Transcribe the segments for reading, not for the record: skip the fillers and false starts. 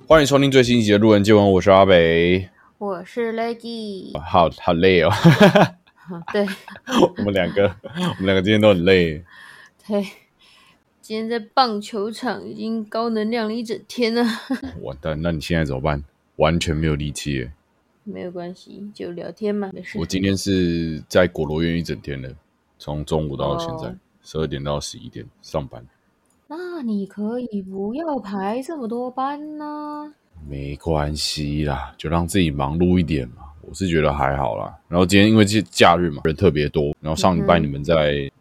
欢迎收听最新一集的路人见闻，我是阿北， 我是 Leggy， 好累哦。 对， 我们两个今天都很累。 对，今天在棒球场已经高能量了一整天了。 完蛋，那你现在怎么办？完全没有力气耶。 没有关系，就聊天嘛，没事。 我今天是在果罗园一整天了，从中午到现在12点到11点上班。 那你可以不要排这么多班呢？ 没关系啦，就让自己忙碌一点嘛。我是觉得还好啦。然后今天因为是假日嘛，人特别多。然后上礼拜你们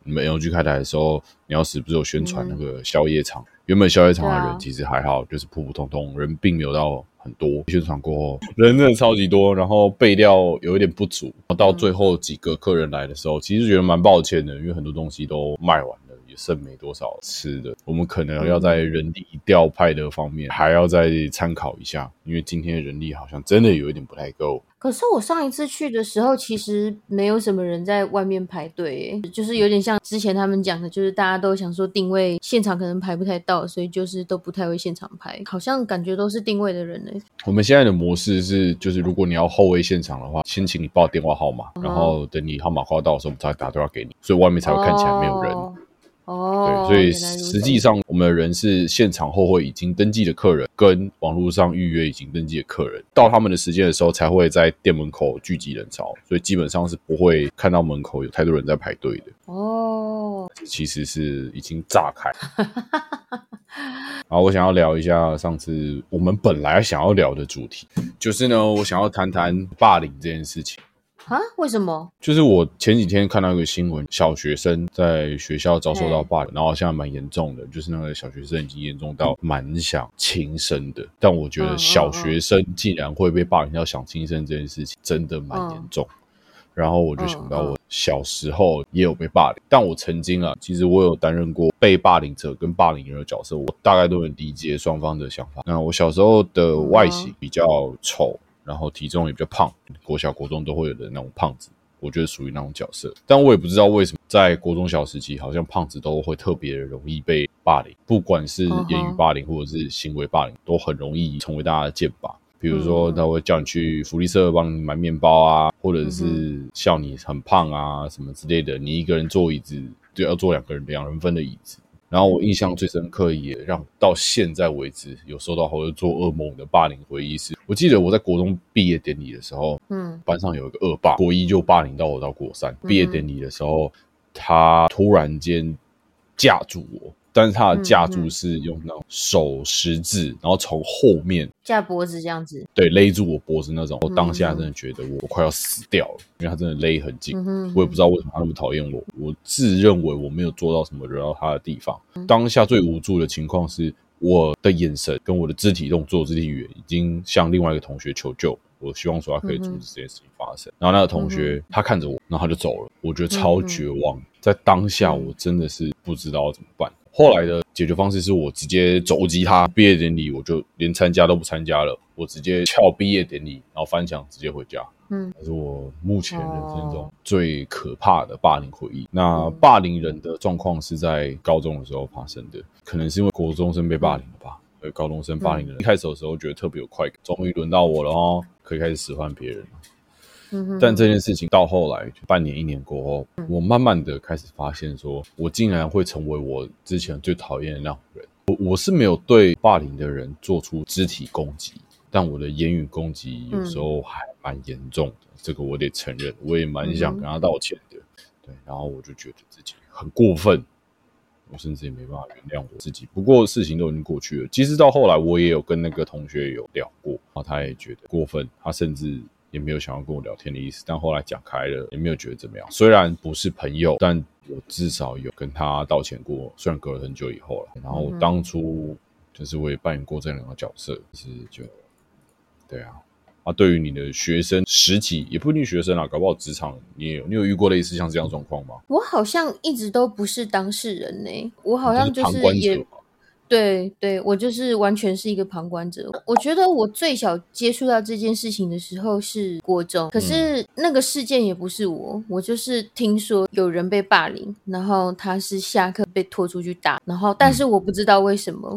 LG 开台的时候，鸟屎不是有宣传那个宵夜场？原本宵夜场的人其实还好，就是普普通通，人并没有到很多。宣传过后，人真的超级多，然后备料有一点不足。然后到最后几个客人来的时候，其实觉得蛮抱歉的，因为很多东西都卖完了。也剩没多少吃的，我们可能要在人力调派的方面还要再参考一下，因为今天的人力好像真的有一点不太够。 可是我上一次去的时候，其实没有什么人在外面排队耶，就是有点像之前他们讲的，就是大家都想说定位现场可能排不太到，所以就是都不太会现场排，好像感觉都是定位的人耶。 我们现在的模式是，就是如果你要后位现场的话，先请你报电话号码，然后等你号码快到的时候，我们才打电话给你，所以外面才会看起来没有人。对，所以实际上我们的人是现场后会已经登记的客人，跟网络上预约已经登记的客人，到他们的时间的时候才会在店门口聚集人潮，所以基本上是不会看到门口有太多人在排队的。其实是已经炸开。然后我想要聊一下上次我们本来想要聊的主题，就是呢，我想要谈谈霸凌这件事情。 啊？为什么？ 就是我前几天看到一个新闻，小学生在学校遭受到霸凌，然后现在蛮严重的，就是那个小学生已经严重到蛮想轻生的。但我觉得小学生竟然会被霸凌到想轻生这件事情，真的蛮严重。然后我就想到我小时候也有被霸凌，但我曾经其实我有担任过被霸凌者跟霸凌人的角色，我大概都能理解双方的想法。那我小时候的外形比较丑，然后体重也比较胖，国小国中都会有的那种胖子，我觉得属于那种角色。但我也不知道为什么在国中小时期好像胖子都会特别容易被霸凌，不管是言语霸凌或者是行为霸凌，都很容易成为大家的箭靶。比如说他会叫你去福利社帮你买面包啊，或者是笑你很胖啊什么之类的，你一个人坐椅子就要坐两人分的椅子。然后我印象最深刻，也让到现在为止有受到或者做噩梦的霸凌回忆是，我记得我在国中毕业典礼的时候，班上有一个恶霸，国一就霸凌到我到国三。毕业典礼的时候，他突然间架住我，但是他的架住是用那种手十字，然后从后面架脖子这样子， 对，勒住我脖子那种。我当下真的觉得我快要死掉了，因为他真的勒很紧。我也不知道为什么他那么讨厌我，我自认为我没有做到什么惹到他的地方。当下最无助的情况是，我的眼神跟我的肢体动作、肢体语言已经向另外一个同学求救。我希望说他可以阻止这件事情发生。然后那个同学他看着我，然后他就走了。我觉得超绝望，在当下我真的是不知道要怎么办。后来的解决方式是我直接肘击他，毕业典礼我就连参加都不参加了，我直接翘毕业典礼，然后翻墙直接回家。这是我目前人生中最可怕的霸凌回忆。那霸凌人的状况是在高中的时候发生的，可能是因为国中生被霸凌了吧。高中生霸凌人一开始的时候觉得特别有快感，终于轮到我了哦，可以开始使唤别人了。但这件事情到后来半年1年过后，我慢慢的开始发现说，我竟然会成为我之前最讨厌的那种人。我是没有对霸凌的人做出肢体攻击，但我的言语攻击有时候还蛮严重的，这个我得承认，我也蛮想跟他道歉的。对，然后我就觉得自己很过分，我甚至也没办法原谅我自己。不过事情都已经过去了，其实到后来我也有跟那个同学有聊过，然后他也觉得过分，他甚至也没有想要跟我聊天的意思，但后来讲开了，也没有觉得怎么样。虽然不是朋友，但我至少有跟他道歉过，虽然隔了很久以后了。然后当初就是我也扮演过这两个角色，就是就对啊。对于你的学生时期，也不一定学生啦，搞不好职场你有遇过类似像这样的状况吗？ 我好像一直都不是当事人呢，我好像就是旁观者。 对，我就是完全是一个旁观者。我觉得我最小接触到这件事情的时候是国中，可是那个事件也不是我就是听说有人被霸凌，然后他是下课被拖出去打，然后但是我不知道为什么。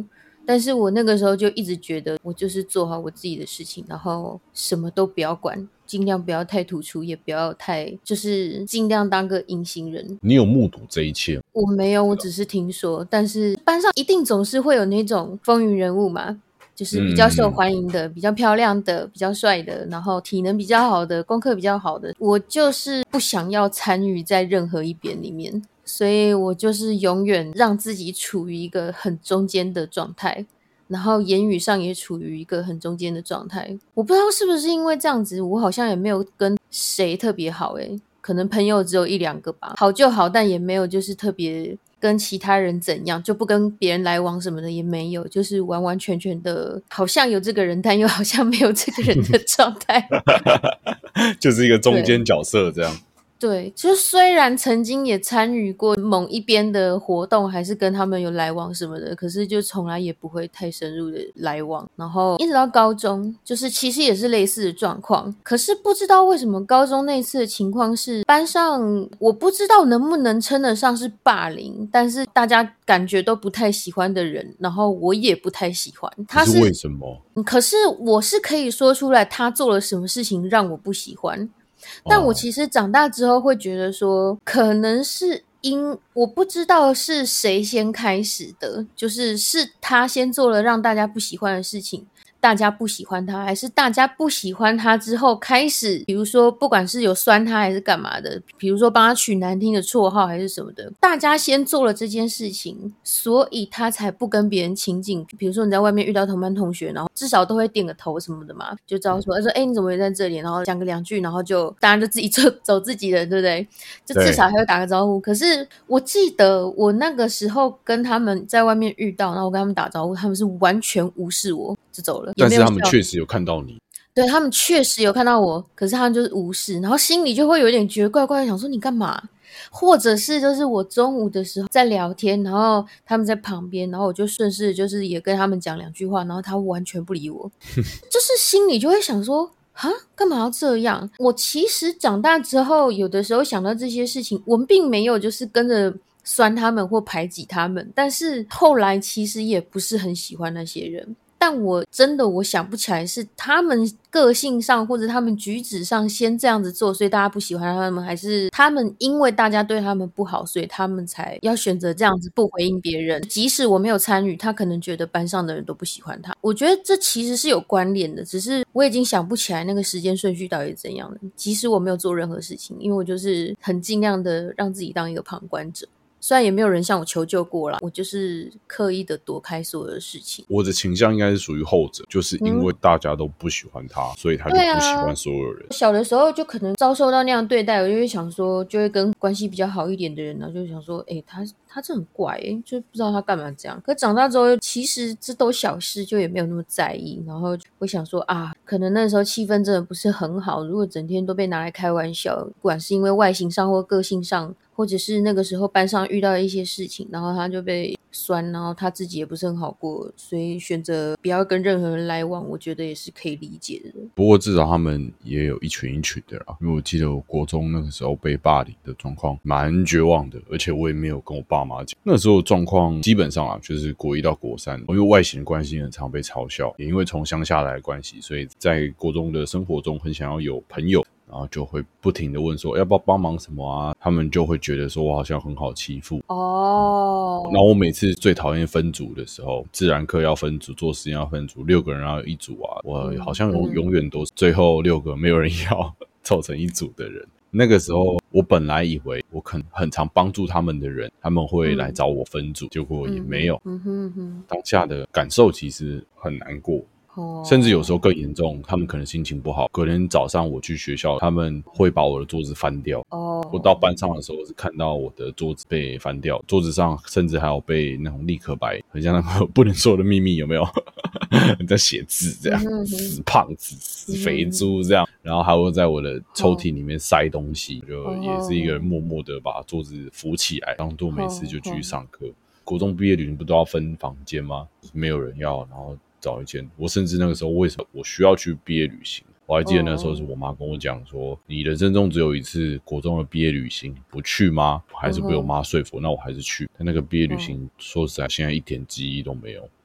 但是我那个时候就一直觉得我就是做好我自己的事情，然后什么都不要管，尽量不要太突出，也不要太就是尽量当个隐形人。 你有目睹这一切？ 我没有，我只是听说，但是班上一定总是会有那种风云人物嘛，就是比较受欢迎的，比较漂亮的，比较帅的，然后体能比较好的，功课比较好的，我就是不想要参与在任何一边里面，所以我就是永远让自己处于一个很中间的状态，然后言语上也处于一个很中间的状态。我不知道是不是因为这样子，我好像也没有跟谁特别好可能朋友只有1-2个吧，好就好，但也没有就是特别跟其他人怎样，就不跟别人来往什么的也没有，就是完完全全的好像有这个人但又好像没有这个人的状态就是一个中间角色这样。 对，就虽然曾经也参与过某一边的活动，还是跟他们有来往什么的，可是就从来也不会太深入的来往。然后一直到高中，就是其实也是类似的状况，可是不知道为什么高中那次的情况是班上，我不知道能不能称得上是霸凌，但是大家感觉都不太喜欢的人，然后我也不太喜欢。他是为什么？ 可是我是可以说出来他做了什么事情让我不喜欢。但我其实长大之后会觉得说，可能是我不知道是谁先开始的，就是他先做了让大家不喜欢的事情，大家不喜欢他，还是大家不喜欢他之后开始，比如说不管是有酸他还是干嘛的，比如说帮他取难听的绰号还是什么的，大家先做了这件事情，所以他才不跟别人亲近。比如说你在外面遇到同班同学，然后至少都会点个头什么的嘛，就知道说你怎么也在这里，然后讲个2句，然后就大家就自己走自己的，对不对？就至少还会打个招呼。可是我记得我那个时候跟他们在外面遇到，然后我跟他们打招呼，他们是完全无视我就走了。 但是他们确实有看到你， 对，他们确实有看到我，可是他们就是无视，然后心里就会有点觉得怪怪的，想说你干嘛？或者是就是我中午的时候在聊天，然后他们在旁边，然后我就顺势就是也跟他们讲2句话，然后他完全不理我就是心里就会想说干嘛要这样？我其实长大之后有的时候想到这些事情，我们并没有就是跟着酸他们或排挤他们，但是后来其实也不是很喜欢那些人。但我想不起来是他们个性上或者他们举止上先这样子做，所以大家不喜欢他们，还是他们因为大家对他们不好，所以他们才要选择这样子不回应别人。即使我没有参与，他可能觉得班上的人都不喜欢他。我觉得这其实是有关联的，只是我已经想不起来那个时间顺序到底是怎样的。即使我没有做任何事情，因为我就是很尽量的让自己当一个旁观者。虽然也没有人向我求救过啦，我就是刻意的躲开所有的事情。 我的倾向应该是属于后者，就是因为大家都不喜欢他，所以他就不喜欢所有人。 小的时候就可能遭受到那样对待，我就会想说，就会跟关系比较好一点的人呢，就想说他这很怪就不知道他干嘛这样。可长大之后其实这都小事，就也没有那么在意，然后会想说可能那时候气氛真的不是很好，如果整天都被拿来开玩笑，不管是因为外形上或个性上，或者是那个时候班上遇到一些事情，然后他就被酸，然后他自己也不是很好过，所以选择不要跟任何人来往，我觉得也是可以理解的。 不过至少他们也有一群一群的啦，因为我记得我国中那个时候被霸凌的状况蛮绝望的，而且我也没有跟我爸妈讲。那时候的状况基本上就是国1到国3，因为外形的关系很常被嘲笑，也因为从乡下来的关系，所以在国中的生活中很想要有朋友，然后就会不停的问说要不要帮忙什么啊，他们就会觉得说我好像很好欺负然后我每次最讨厌分组的时候，自然课要分组，做实验要分组，6个人要一组我好像永远都是最后6个没有人要凑成一组的人。那个时候我本来以为我可能很常帮助他们的人，他们会来找我分组，结果也没有当下的感受其实很难过，甚至有时候更严重，他们可能心情不好，隔天早上我去学校，他们会把我的桌子翻掉我到班上的时候是看到我的桌子被翻掉，桌子上甚至还有被那种立可白，很像那个不能说的秘密，有没有在写字这样死胖子死肥猪这样，然后还会在我的抽屉里面塞东西就也是一个人默默的把桌子扶起来，当作没事就继续上课国中毕业旅行不都要分房间吗？没有人要，然后找一间。我甚至那个时候为什么我需要去毕业旅行，我还记得那时候是我妈跟我讲说你人生中只有一次国中的毕业旅行，不去吗？我还是被我妈说服那我还是去。但那个毕业旅行说实在现在一点记忆都没有，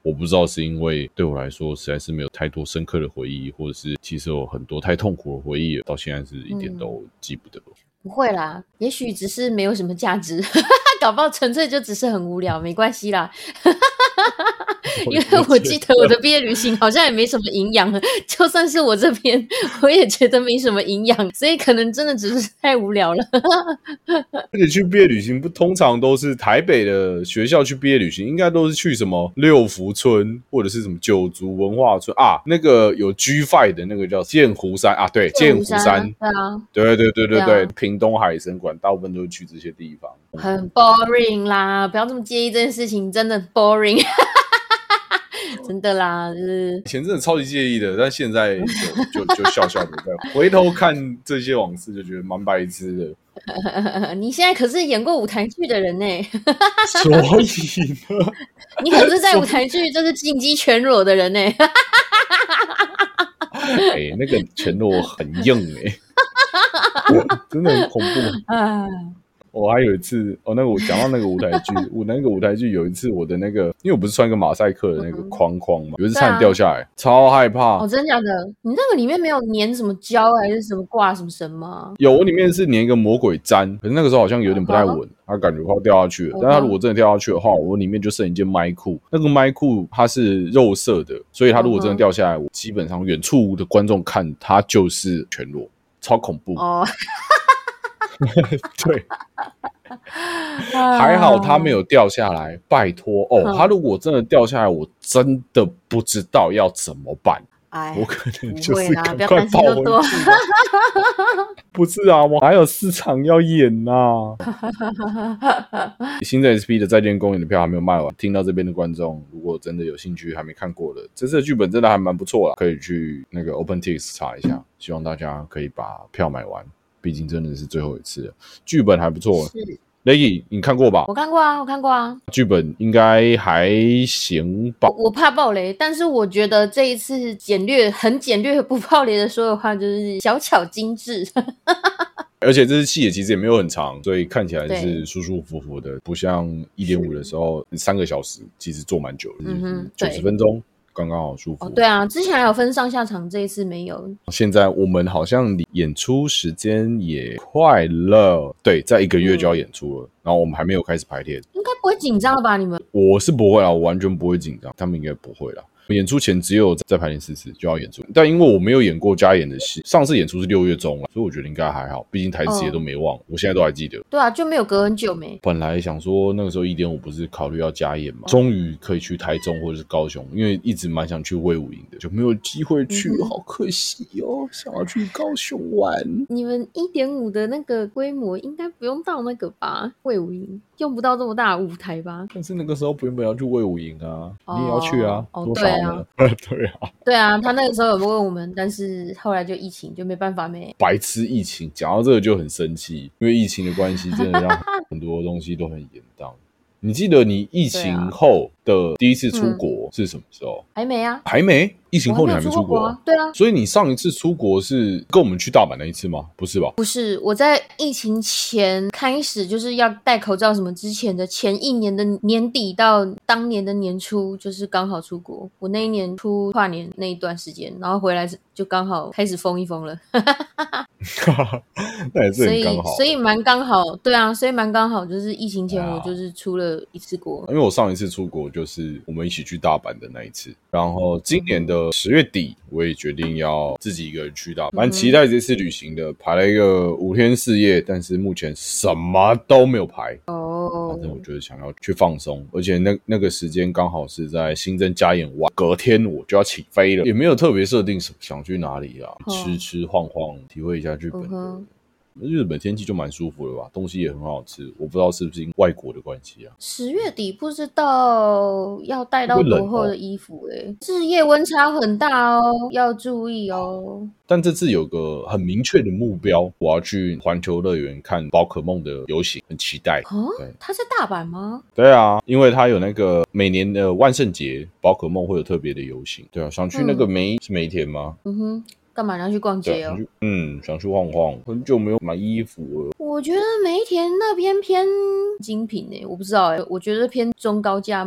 我不知道是因为对我来说实在是没有太多深刻的回忆，或者是其实有很多太痛苦的回忆，到现在是一点都记不得。 不会啦，也许只是没有什么价值，搞不好纯粹就只是很无聊，没关系啦。因为我记得我的毕业旅行好像也没什么营养，就算是我这边我也觉得没什么营养，所以可能真的只是太无聊了。 而且去毕业旅行不通常都是台北的学校去毕业旅行，应该都是去什么六福村或者是什么九族文化村啊，那个有 G5 的那个叫剑湖山啊，对，剑湖山，对，屏东海参馆大部分都是去这些地方。 很 boring 啦，不要这么介意这件事情，真的 boring。真的啦，就是以前真的超级介意的，但现在就笑笑的在回头看这些往事，就觉得蛮白痴的。你现在可是演过舞台剧的人呢， 所以呢， 你可是在舞台剧就是进击全裸的人呢。 那个全裸很硬真的很恐怖啊。我还有一次那个我讲到那个舞台剧，我那个舞台剧有一次我的那个，因为我不是穿一个马赛克的那个框嘛，有一次差点掉下来，超害怕。 哦，真的假的？你那个里面没有粘什么胶还是什么挂什么绳吗？ 有，我里面是粘一个魔鬼毡，可是那个时候好像有点不太稳，它感觉快要掉下去了。但它如果真的掉下去的话，我里面就剩一件麦裤，那个麦裤它是肉色的，所以它如果真的掉下来，我基本上远处的观众看它就是全裸，超恐怖。哦。对，还好他没有掉下来，拜托他如果真的掉下来，我真的不知道要怎么办。我可能就是赶快跑回去。不是啊，我还有4场要演啊。新的 SP 的再见公演的票还没有卖完，听到这边的观众，如果真的有兴趣还没看过的，这次的剧本真的还蛮不错啦，可以去那个 OpenTix 查一下，希望大家可以把票买完。毕竟真的是最后一次了，剧本还不错。是 Leggy 你看过吧？ 我看过啊。 剧本应该还行吧？ 我怕爆雷，但是我觉得这一次很简略不爆雷的说的话，就是小巧精致。 而且这次戏也其实也没有很长，所以看起来是舒舒服服的，不像 1.5 的时候3个小时，其实做蛮久的，90分钟。刚刚好舒服。 对啊，之前还有分上下场，这一次没有。 现在我们好像离演出时间也快了，对，在1个月就要演出了，然后我们还没有开始排练， 应该不会紧张了吧？你们？ 我是不会啦，我完全不会紧张，他们应该不会啦。演出前只有再排练4次就要演出，但因为我没有演过加演的戏，上次演出是6月中了，所以我觉得应该还好，毕竟台词也都没忘，我现在都还记得。 对啊，就没有隔很久没。 本来想说那个时候1.5不是考虑要加演嘛，终于可以去台中或者是高雄，因为一直蛮想去魏武营的，就没有机会去，好可惜哦，想要去高雄玩。 你们1.5的那个规模应该不用到那个吧？魏武营用不到这么大的舞台吧？ 但是那个时候不原本要去魏武营啊，你也要去啊？多少对呢？对啊， 对啊，他那个时候有问我们，但是后来就疫情，就没办法没。 白痴疫情，讲到这个就很生气，因为疫情的关系，真的让很多东西都很严当。你记得你疫情后的第一次出国是什么时候？ 还没啊， 还没。疫情后你还没出国啊？对啊。 所以你上一次出国是跟我们去大阪那一次吗？不是吧？ 不是，我在疫情前开始就是要戴口罩什么之前的前1年的年底到当年的年初，就是刚好出国。我那一年初跨年那一段时间，然后回来就刚好开始封一封了。 那也是很刚好， 所以蛮刚好，对啊，所以蛮刚好，就是疫情前我就是出了1次国。 因为我上一次出国就是我们一起去大阪的那一次，然后今年的10月底我也决定要自己一个人去大阪，蛮期待这次旅行的，排了一个5天4夜，但是目前什么都没有排哦。反正我就是想要去放松，而且那个时间刚好是在新增加演完，隔天我就要起飞了，也没有特别设定想去哪里啊，吃晃晃，体会一下日本的。日本天气就蛮舒服的吧，东西也很好吃，我不知道是不是因为外国的关系啊。 10月底不知道要带到多厚的衣服日夜温差很大哦，要注意哦。 但这次有个很明确的目标，我要去环球乐园看宝可梦的游行，很期待。 它在大阪吗？ 对啊，因为它有那个每年的万圣节，宝可梦会有特别的游行。对啊，想去那个是梅田吗？ 干嘛要去逛街哦？ 想去晃晃，很久没有买衣服了。 我觉得梅田那边偏精品我不知道我觉得偏中高价吗？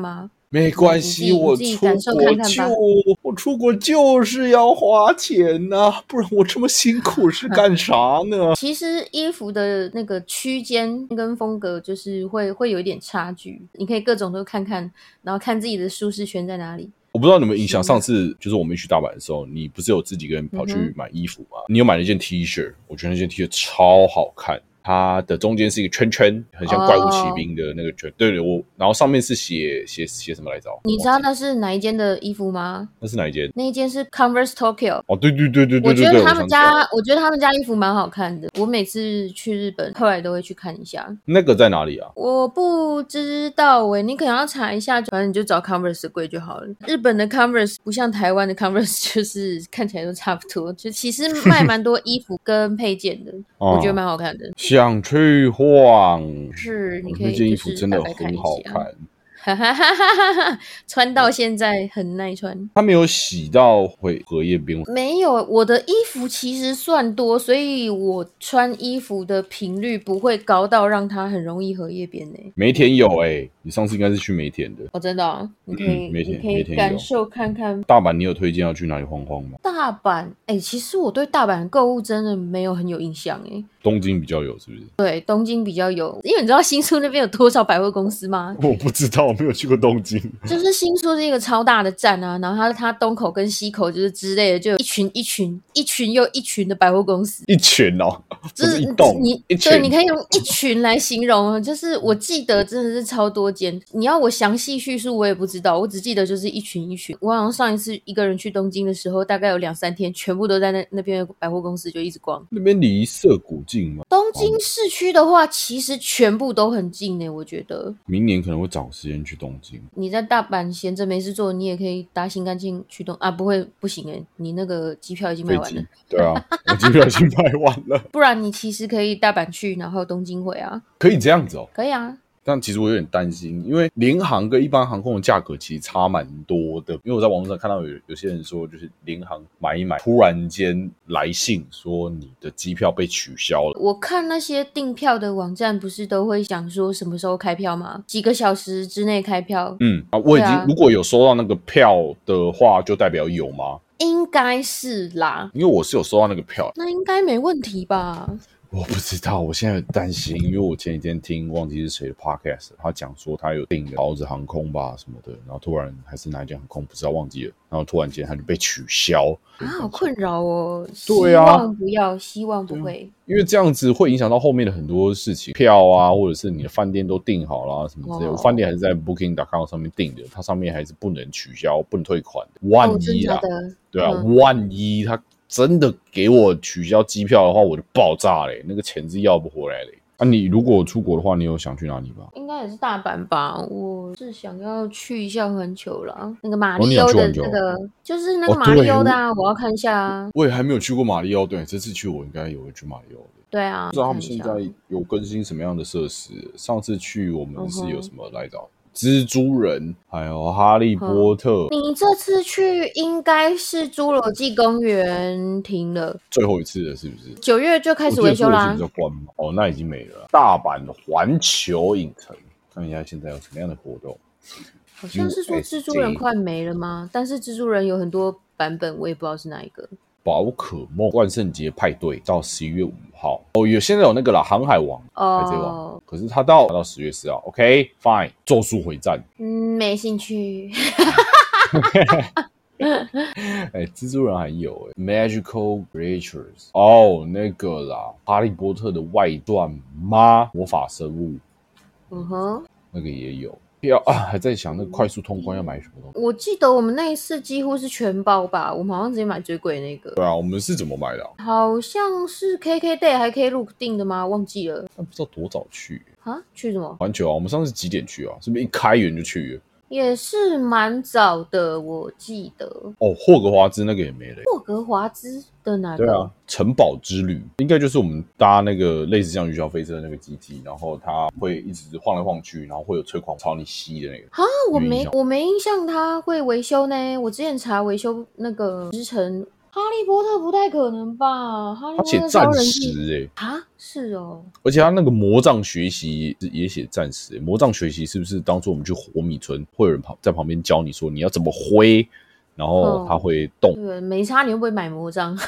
没关系， 你自己感受看看吧。 我出国就是要花钱啊，不然我这么辛苦是干啥呢？ 其实衣服的那个区间跟风格就是会有一点差距，你可以各种都看看，然后看自己的舒适圈在哪里。 我不知道你们印象，上次就是我们去大阪的时候，你不是有自己一个人跑去买衣服吗？你有买了一件 T 恤，我觉得那件 T 恤超好看。它的中间是一个圈圈，很像怪物骑兵的那个圈。对，然后上面是写什么来着？ 你知道那是哪一间的衣服吗？ 那是哪一间？ 那一间是 Converse Tokyo。 哦，对， 我觉得他们家衣服蛮好看的。我每次去日本，后来都会去看一下。 那个在哪里啊？ 我不知道你可能要查一下，反正你就找 Converse 的柜就好了。日本的 Converse 不像台湾的 Converse， 就是看起来都差不多，就其实卖蛮多衣服跟配件的，我觉得蛮好看的。 想去晃， 是你可以那件衣服真的很好看。 哈哈哈哈哈！穿到现在很耐穿。 它没有洗到会荷叶边？ 没有，我的衣服其实算多，所以我穿衣服的频率不会高到让它很容易荷叶边欸。 梅田有你上次应该是去梅田的哦，真的啊？你可以感受看看。 大阪你有推荐要去哪里晃晃吗？ 大阪其实我对大阪购物真的没有很有印象东京比较有是不是？ 对，东京比较有，因为你知道新宿那边有多少百货公司吗？ 我不知道，我没有去过东京。 就是新宿是一个超大的站啊，然后它东口跟西口就是之类的，就有一群又一群的百货公司。 一群哦，不是一栋， 对，你可以用一群来形容，就是我记得真的是超多间。你要我详细叙述，我也不知道，我只记得就是一群一群。我好像上一次一个人去东京的时候，大概有2-3天，全部都在那边的百货公司就一直逛。 那边离涩谷近吗？ 东京市区的话，其实全部都很近我觉得。 明年可能会找时间去东京。 你在大阪闲着没事做，你也可以搭新干线去不行你那个机票已经卖完了。 对啊，我机票已经卖完了。 不然你其实可以大阪去，然后东京回啊。 可以这样子哦？ 可以啊。 但其实我有点担心，因为联航跟一般航空的价格其实差蛮多的。因为我在网络上看到有些人说，就是联航买一买，突然间来信说你的机票被取消了。 我看那些订票的网站不是都会讲说什么时候开票吗？几个小时之内开票。 我已经如果有收到那个票的话，就代表有吗？ 应该是啦， 因为我是有收到那个票。 那应该没问题吧？ 我不知道，我现在很担心，因为我前几天听忘记是谁的 podcast， 他讲说他有订桃子航空吧什么的，然后突然还是哪一间航空不知道忘记了，然后突然间他就被取消好困扰哦。 对啊， 希望不要，希望不会， 因为这样子会影响到后面的很多事情，票啊，或者是你的饭店都订好了什么之类的。我饭店还是在 Booking.com 上面订的，它上面还是不能取消、不能退款的。万一啊，对啊，万一他真的给我取消机票的话，我就爆炸嘞，那个钱是要不回来嘞。你如果出国的话，你有想去哪里吗？ 应该也是大阪吧。我是想要去一下环球啦，那个马里欧的那个，就是那个马里欧的啊，我要看一下啊。 我也还没有去过马里欧，对，这次去我应该有去马里欧的。 对啊， 不知道他们现在有更新什么样的设施。上次去我们是有什么来着？蜘蛛人，还有哈利波特。 你这次去应该是侏罗纪公园停了， 最后一次了，是不是 ？9月就开始维修啦。 哦，那已经没了。大阪的环球影城，看一下现在有什么样的活动。 好像是说蜘蛛人快没了吗？但是蜘蛛人有很多版本，我也不知道是哪一个。 宝可梦万圣节派对到11月5号现在有那个啦，航海王、海贼王，可是它到10月4号。OK fine， 咒术回战， 没兴趣。 蜘蛛人还有Magical Creatures 那个啦，哈利波特的外传吗？魔法生物，那个也有。还在想那个快速通关要买什么东西。 我记得我们那一次几乎是全包吧，我们好像直接买最贵那个。 对啊，我们是怎么买的好像是 KKday 还 Klook 订的吗？忘记了。 但不知道多早去去什么环球我们上次几点去是不是一开园就去了？ 也是蛮早的，我记得。 霍格华兹那个也没了。 霍格华兹的哪个？ 对啊，城堡之旅应该就是我们搭那个类似像云霄飞车的那个机器，然后它会一直晃来晃去，然后会有吹狂朝你吸的那个。 我没印象它会维修呢。我之前查维修那个时程哈利波特不太可能吧？哈利他波特写暂超人气时啊，是哦， 而且他那个魔杖学习也写暂时魔杖学习是不是当初我们去活米村，会有人在旁边教你说你要怎么挥，然后它会动？ 对，没差，你会不会买魔杖？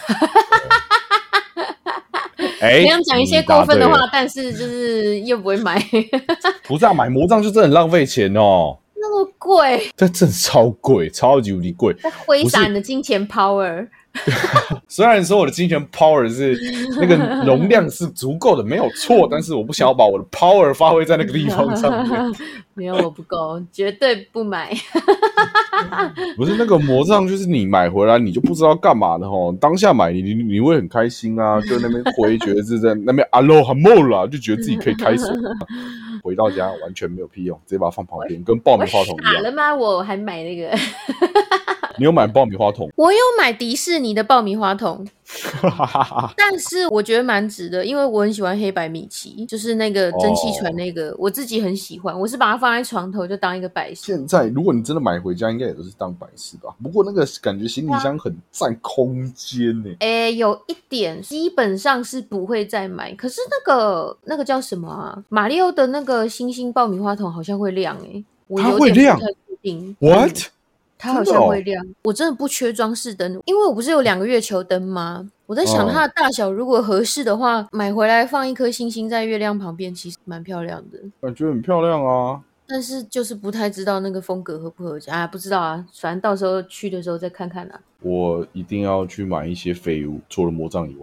哎， 你想讲一些你答对了过分的话，但是就是又不会买， 不是啊，买魔杖就真的很浪费钱哦， 那么贵， 这真的超贵，超级无敌贵。 在挥洒不是， 你的金钱 power。 虽然说我的金钱 power 是那个容量是足够的，没有错，但是我不想要把我的 power 发挥在那个地方上面。 没有，我不够，绝对不买。 不是那个魔杖，就是你买回来你就不知道干嘛的吼，当下买你会很开心啊，就那边挥，觉得是在那边阿罗哈莫啦，就觉得自己可以开锁。回到家完全没有屁用，直接把它放旁边，跟爆米花筒一样。 傻了吗？我还买那个。 你有买爆米花筒？ 我有买迪士尼的爆米花筒，但是我觉得蛮值的，因为我很喜欢黑白米奇，就是那个蒸汽船那个，我自己很喜欢。我是把它放在床头，就当一个摆饰。 现在如果你真的买回家，应该也都是当摆饰吧。不过那个感觉行李箱很占空间呢。 有一点，基本上是不会再买。可是那个叫什么啊？马里奥的那个星星爆米花筒好像会亮它会亮？ 我有点不太确定。 What？ 它好像会亮，我真的不缺装饰灯，因为我不是有2个月球灯吗？我在想它的大小，如果合适的话，买回来放一颗星星在月亮旁边，其实蛮漂亮的， 感觉很漂亮啊。 但是就是不太知道那个风格合不合家啊，不知道啊，反正到时候去的时候再看看啊。 我一定要去买一些废物，除了魔杖以外。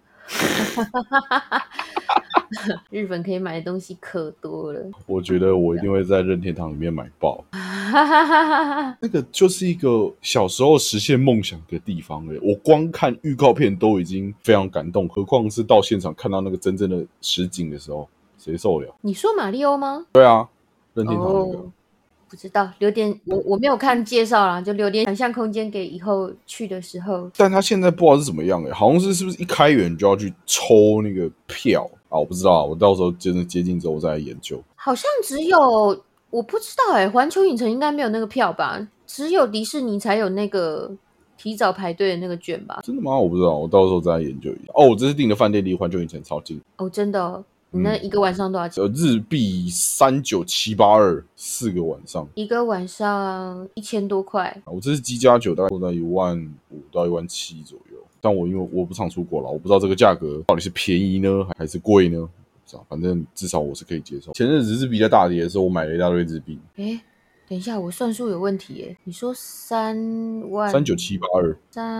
日本可以买的东西可多了， 我觉得我一定会在任天堂里面买爆。那个就是一个小时候实现梦想的地方我光看预告片都已经非常感动，何况是到现场看到那个真正的实景的时候，谁受得了？ 你说马里奥吗？ 对啊，任天堂那个。 不知道，留点我没有看介绍啦，就留点想象空间给以后去的时候。 但他现在不知道是怎么样好像是不是一开园就要去抽那个票啊？我不知道我到时候真的接近之后再来研究。 好像只有我不知道环球影城应该没有那个票吧？只有迪士尼才有那个提早排队的那个券吧？ 真的吗？我不知道，我到时候再来研究一下。哦，我这次订的饭店离环球影城超近。 哦，真的哦。你那一个晚上多少钱？ 日币39782，4个晚上， 一个晚上1000多块。 我这是机加酒，大概在15000到17000左右。但我因为我不常出国了，我不知道这个价格到底是便宜呢还是贵呢？不知道，反正至少我是可以接受。前阵子日币在大跌的时候，我买了一大堆日币。 等一下，我算数有问题耶！你说 39782，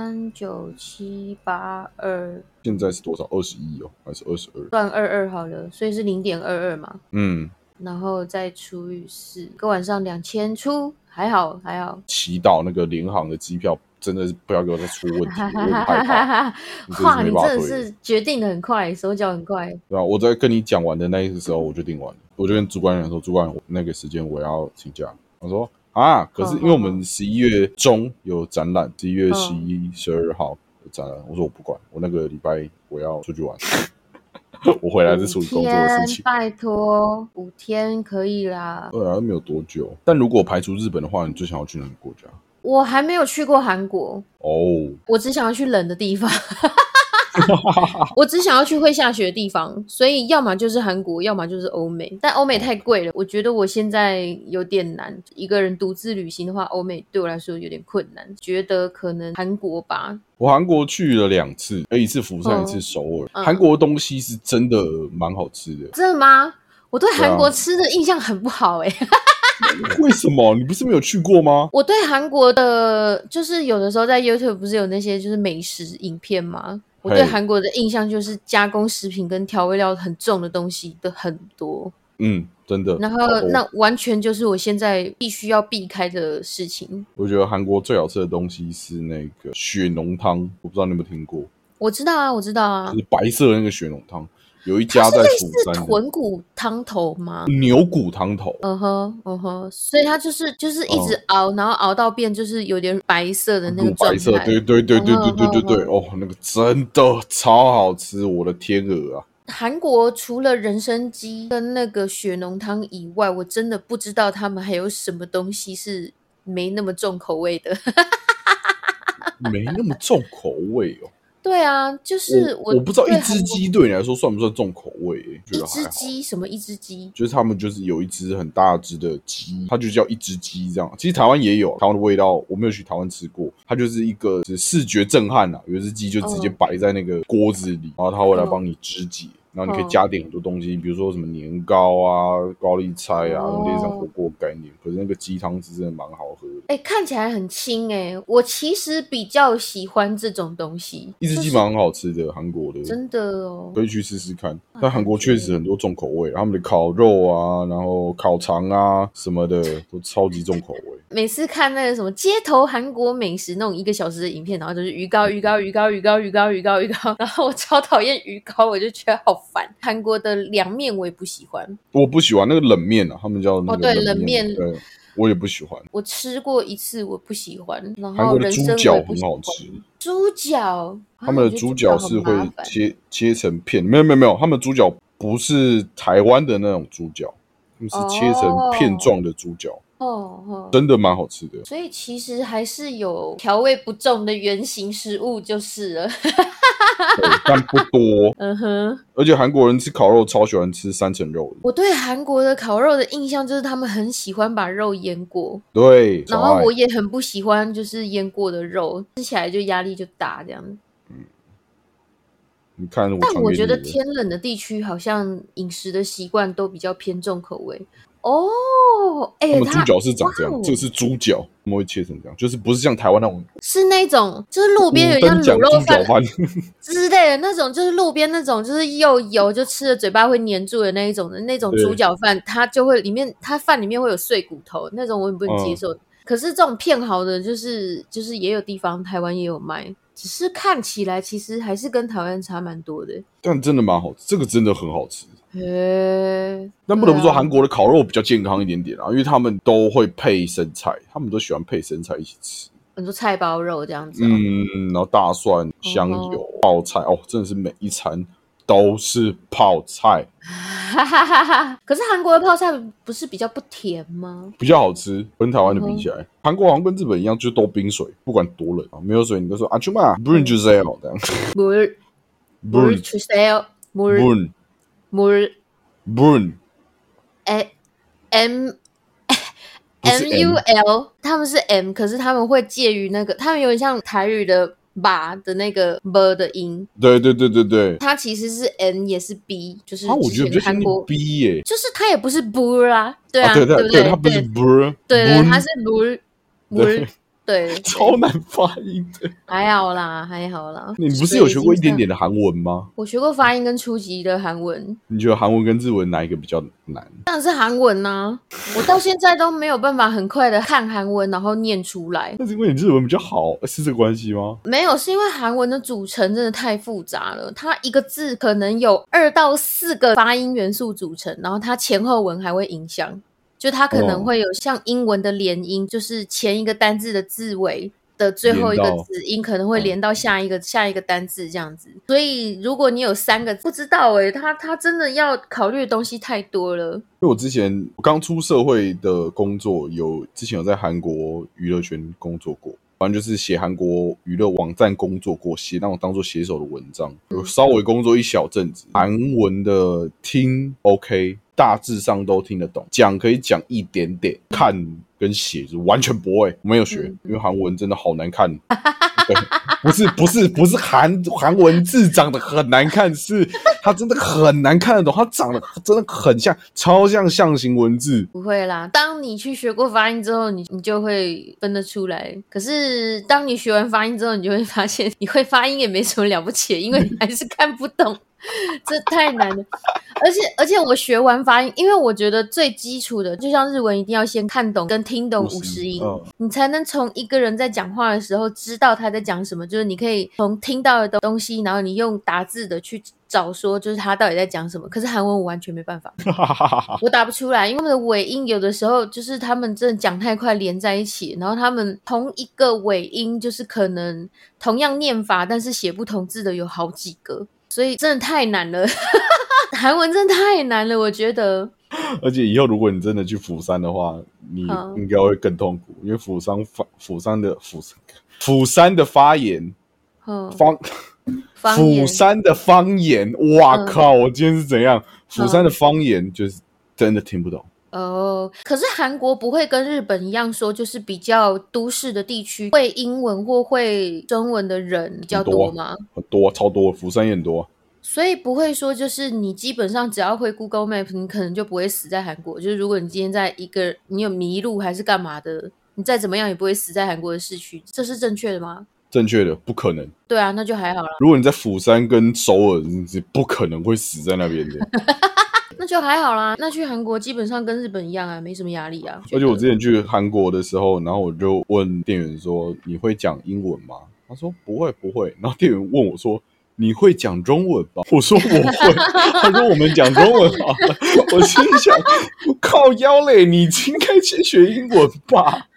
39782， 现在是多少？21哦，还是22？ 算22好了，所以是0.22嘛。然后再除以4，一个晚上2000出，还好。 祈祷那个联航的机票真的是不要给我再出问题，我很害怕。 哇，你真的是决定的很快，手脚很快。 对啊，我在跟你讲完的那个时候我就订完了，我就跟主管讲说，主管那个时间我要请假。我说可是因为我们11月中有展览，11月11、12号有展览，我说我不管，我那个礼拜我要出去玩。我回来是处理工作的事情， 拜托，5天可以啦。 对啊，没有多久。但如果排除日本的话，你最想要去哪个国家？ 我还没有去过韩国我只想要去冷的地方。我只想要去会下雪的地方，所以要么就是韩国，要么就是欧美。但欧美太贵了，我觉得我现在有点难。一个人独自旅行的话，欧美对我来说有点困难，觉得可能韩国吧。 我韩国去了2次，一次釜山，一次首尔。韩国的东西是真的蛮好吃的。 真的吗？我对韩国吃的印象很不好为什么？你不是没有去过吗？ 我对韩国的，就是有的时候在 YouTube 不是有那些就是美食影片吗？我对韩国的印象就是加工食品跟调味料很重的东西的很多。 真的。 然后那完全就是我现在必须要避开的事情。 我觉得韩国最好吃的东西是那个血浓汤，我不知道你有没有听过。 我知道啊， 就是白色的那个血浓汤。有一家在釜山， 是豚骨汤头吗？ 牛骨汤头。 所以它就是一直熬，然后熬到变就是有点白色的那个状态。 白色，对。那个真的超好吃，我的天鹅啊！ 韩国除了人参鸡跟那个血浓汤以外，我真的不知道他们还有什么东西是没那么重口味的。 没那么重口味哦。 对啊，就是我不知道一只鸡对你来说算不算重口味觉一得还好。 只鸡什么一只鸡？ 就是他们就是有一只很大只的鸡，它就叫一只鸡这样。其实台湾也有，台湾的味道我没有去台湾吃过，它就是一个视觉震撼啊，有一只鸡就直接摆在那个锅子里，然后它会来帮你肢解。然后你可以加点很多东西，比如说什么年糕啊、高丽菜啊，有点像火锅概念。可是那个鸡汤汁真的蛮好喝的。 看起来很轻我其实比较喜欢这种东西。 一只鸡蛮好吃的，韩国的真的哦， 可以去试试看。但韩国确实很多重口味，他们的烤肉啊，然后烤肠啊什么的都超级重口味。 每次看那个什么街头韩国美食那种1个小时的影片，然后就是鱼糕、鱼糕、鱼糕、鱼糕、鱼糕、鱼糕、鱼糕，然后我超讨厌鱼糕，我就觉得好烦。韩国的凉面我也不喜欢， 我不喜欢那个冷面啊，他们叫那个冷面， 对，我也不喜欢。 我吃过一次，我不喜欢。然后韩国的猪脚很好吃， 猪脚， 他们的猪脚是会切成片，没有，他们猪脚不是台湾的那种猪脚，他们是切成片状的猪脚。真的蛮好吃的。 所以其实还是有调味不重的原型食物就是了。 对，但不多。而且韩国人吃烤肉超喜欢吃3层肉的。 我对韩国的烤肉的印象就是他们很喜欢把肉腌过。 对， 然后我也很不喜欢就是腌过的肉，吃起来就压力就大这样。 你看但我觉得天冷的地区好像饮食的习惯都比较偏重口味。 他们猪脚是长这样，这个是猪脚，他们会切成这样，就是不是像台湾那种， 是那种就是路边有像卤肉饭之类的那种，就是路边那种就是又油就吃了嘴巴会黏住的那一种的那种猪脚饭，它就会它饭里面会有碎骨头那种，我很不能接受。可是这种片好的就是也有地方台湾也有卖，只是看起来其实还是跟台湾差蛮多的。 但真的蛮好吃，这个真的很好吃。但不得不说韩国的烤肉比较健康一点点因为他们都会配生菜，他们都喜欢配生菜一起吃， 很多菜包肉这样子然后大蒜、香油、泡菜真的是每一餐都是泡菜。 可是韩国的泡菜不是比较不甜吗？ 比较好吃，跟台湾的比起来，韩国好像跟日本一样，就都冰水，不管多冷没有水你就说去嘛，burn 주세요这样。 burn 주세요 burn MUL 他们是 M， 可是他们会介于那个，他们有点像台语的吧的那个 b 的音。 对， 它其实是 N 也是 B， 就是我觉得比较像 B 耶， 就是它也不是 b 啦，对啊， 对不对？它不是 b， 对，它是 b。对， 超难发音的。 还好啦。 你不是有学过一点点的韩文吗？ 我学过发音跟初级的韩文。 你觉得韩文跟日文哪一个比较难？ 当然是韩文啊！我到现在都没有办法很快的看韩文然后念出来。 那是因为你日文比较好，是这个关系吗？ 没有，是因为韩文的组成真的太复杂了，它一个字可能有2到4个发音元素组成，然后它前后文还会影响。就它可能会有像英文的连音，就是前一个单字的字尾的最后一个子音可能会连到下一个单字这样子。所以如果你有3个，不知道它真的要考虑的东西太多了。 因为我刚出社会的工作之前有在韩国娱乐圈工作过，反正就是写韩国娱乐网站工作过，写那种当做写手的文章，有稍微工作一小阵子。韩文的听 OK， 大致上都听得懂，讲可以讲一点点，看跟写就完全不会，我没有学，因为韩文真的好难看。对，不是韩文字长得很难看，是它真的很难看得懂，它长得真的很像，超像象形文字。 不会啦，当你去学过发音之后，你就会分得出来。可是当你学完发音之后，你就会发现，你会发音也没什么了不起，因为你还是看不懂。这太难了，而且我学完发音，因为我觉得最基础的，就像日文一定要先看懂跟听懂50音，你才能从一个人在讲话的时候知道他在讲什么，就是你可以从听到的东西，然后你用打字的去找说就是他到底在讲什么。可是韩文我完全没办法，我打不出来，因为他们的尾音有的时候就是他们真的讲太快连在一起，然后他们同一个尾音就是可能同样念法，但是写不同字的有好几个，所以真的太难了。韩文真的太难了，我觉得。 而且以后如果你真的去釜山的话，你应该会更痛苦，因为釜山的发言，釜山的方言，哇靠！我今天是怎样？釜山的方言就是真的听不懂。 可是韩国不会跟日本一样说，就是比较都市的地区会英文或会中文的人比较多吗？ 很多，超多，釜山也很多。 所以不会说，就是你基本上只要会 Google Map， 你可能就不会死在韩国。就是如果你今天在一个你有迷路还是干嘛的，你再怎么样也不会死在韩国的市区，这是正确的吗？ 正确的，不可能。 对啊，那就还好了。 如果你在釜山跟首尔，你是不可能会死在那边的。 那就还好啦。那去韩国基本上跟日本一样啊，没什么压力啊。 而且我之前去韩国的时候，然后我就问店员说：“你会讲英文吗？”他说：“不会，不会。”然后店员问我说：“你会讲中文吗？”我说：“我会。”他说：“我们讲中文好了。”我心想：“靠腰嘞，你应该先学英文吧。”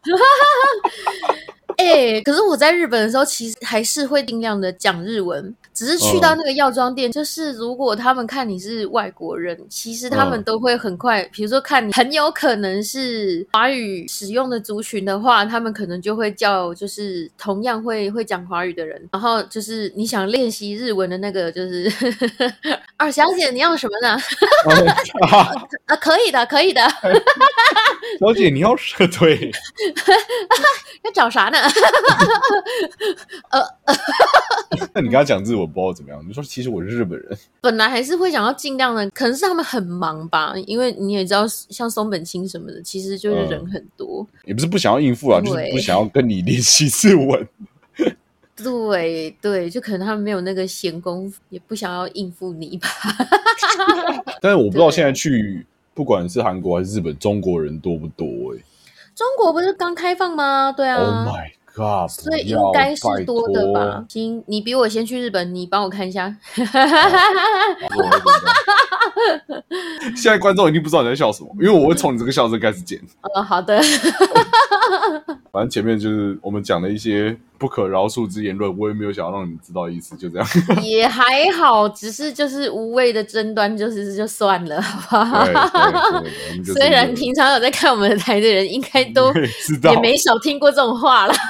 可是我在日本的时候，其实还是会尽量的讲日文。只是去到那个药妆店，就是如果他们看你是外国人，其实他们都会很快，比如说看你很有可能是华语使用的族群的话，他们可能就会叫就是同样会讲华语的人，然后就是你想练习日文的那个就是二小姐你要什么呢？可以的，可以的。 小姐你要射对。 要找啥呢？ 那你跟他讲日文不知道怎么样？你说其实我是日本人。 本来还是会想要尽量的，可能是他们很忙吧，因为你也知道，像松本清什么的，其实就是人很多。 也不是不想要应付啊，就是不想要跟你练习日文。 对对，就可能他们没有那个闲工夫，也不想要应付你吧。 但是我不知道现在去不管是韩国还是日本，中国人多不多中国不是刚开放吗？对啊。 Oh my god！ 所以应该是多的吧？行，你比我先去日本，你帮我看一下。 现在观众一定不知道你在笑什么，因为我会从你这个笑声开始剪。 好的。 反正前面就是我们讲的一些不可饶恕之言论，我也没有想要让你们知道的意思，就这样。也还好，只是就是无谓的争端，就算了，好不好？对，虽然平常有在看我们的台的人，应该都也没少听过这种话了。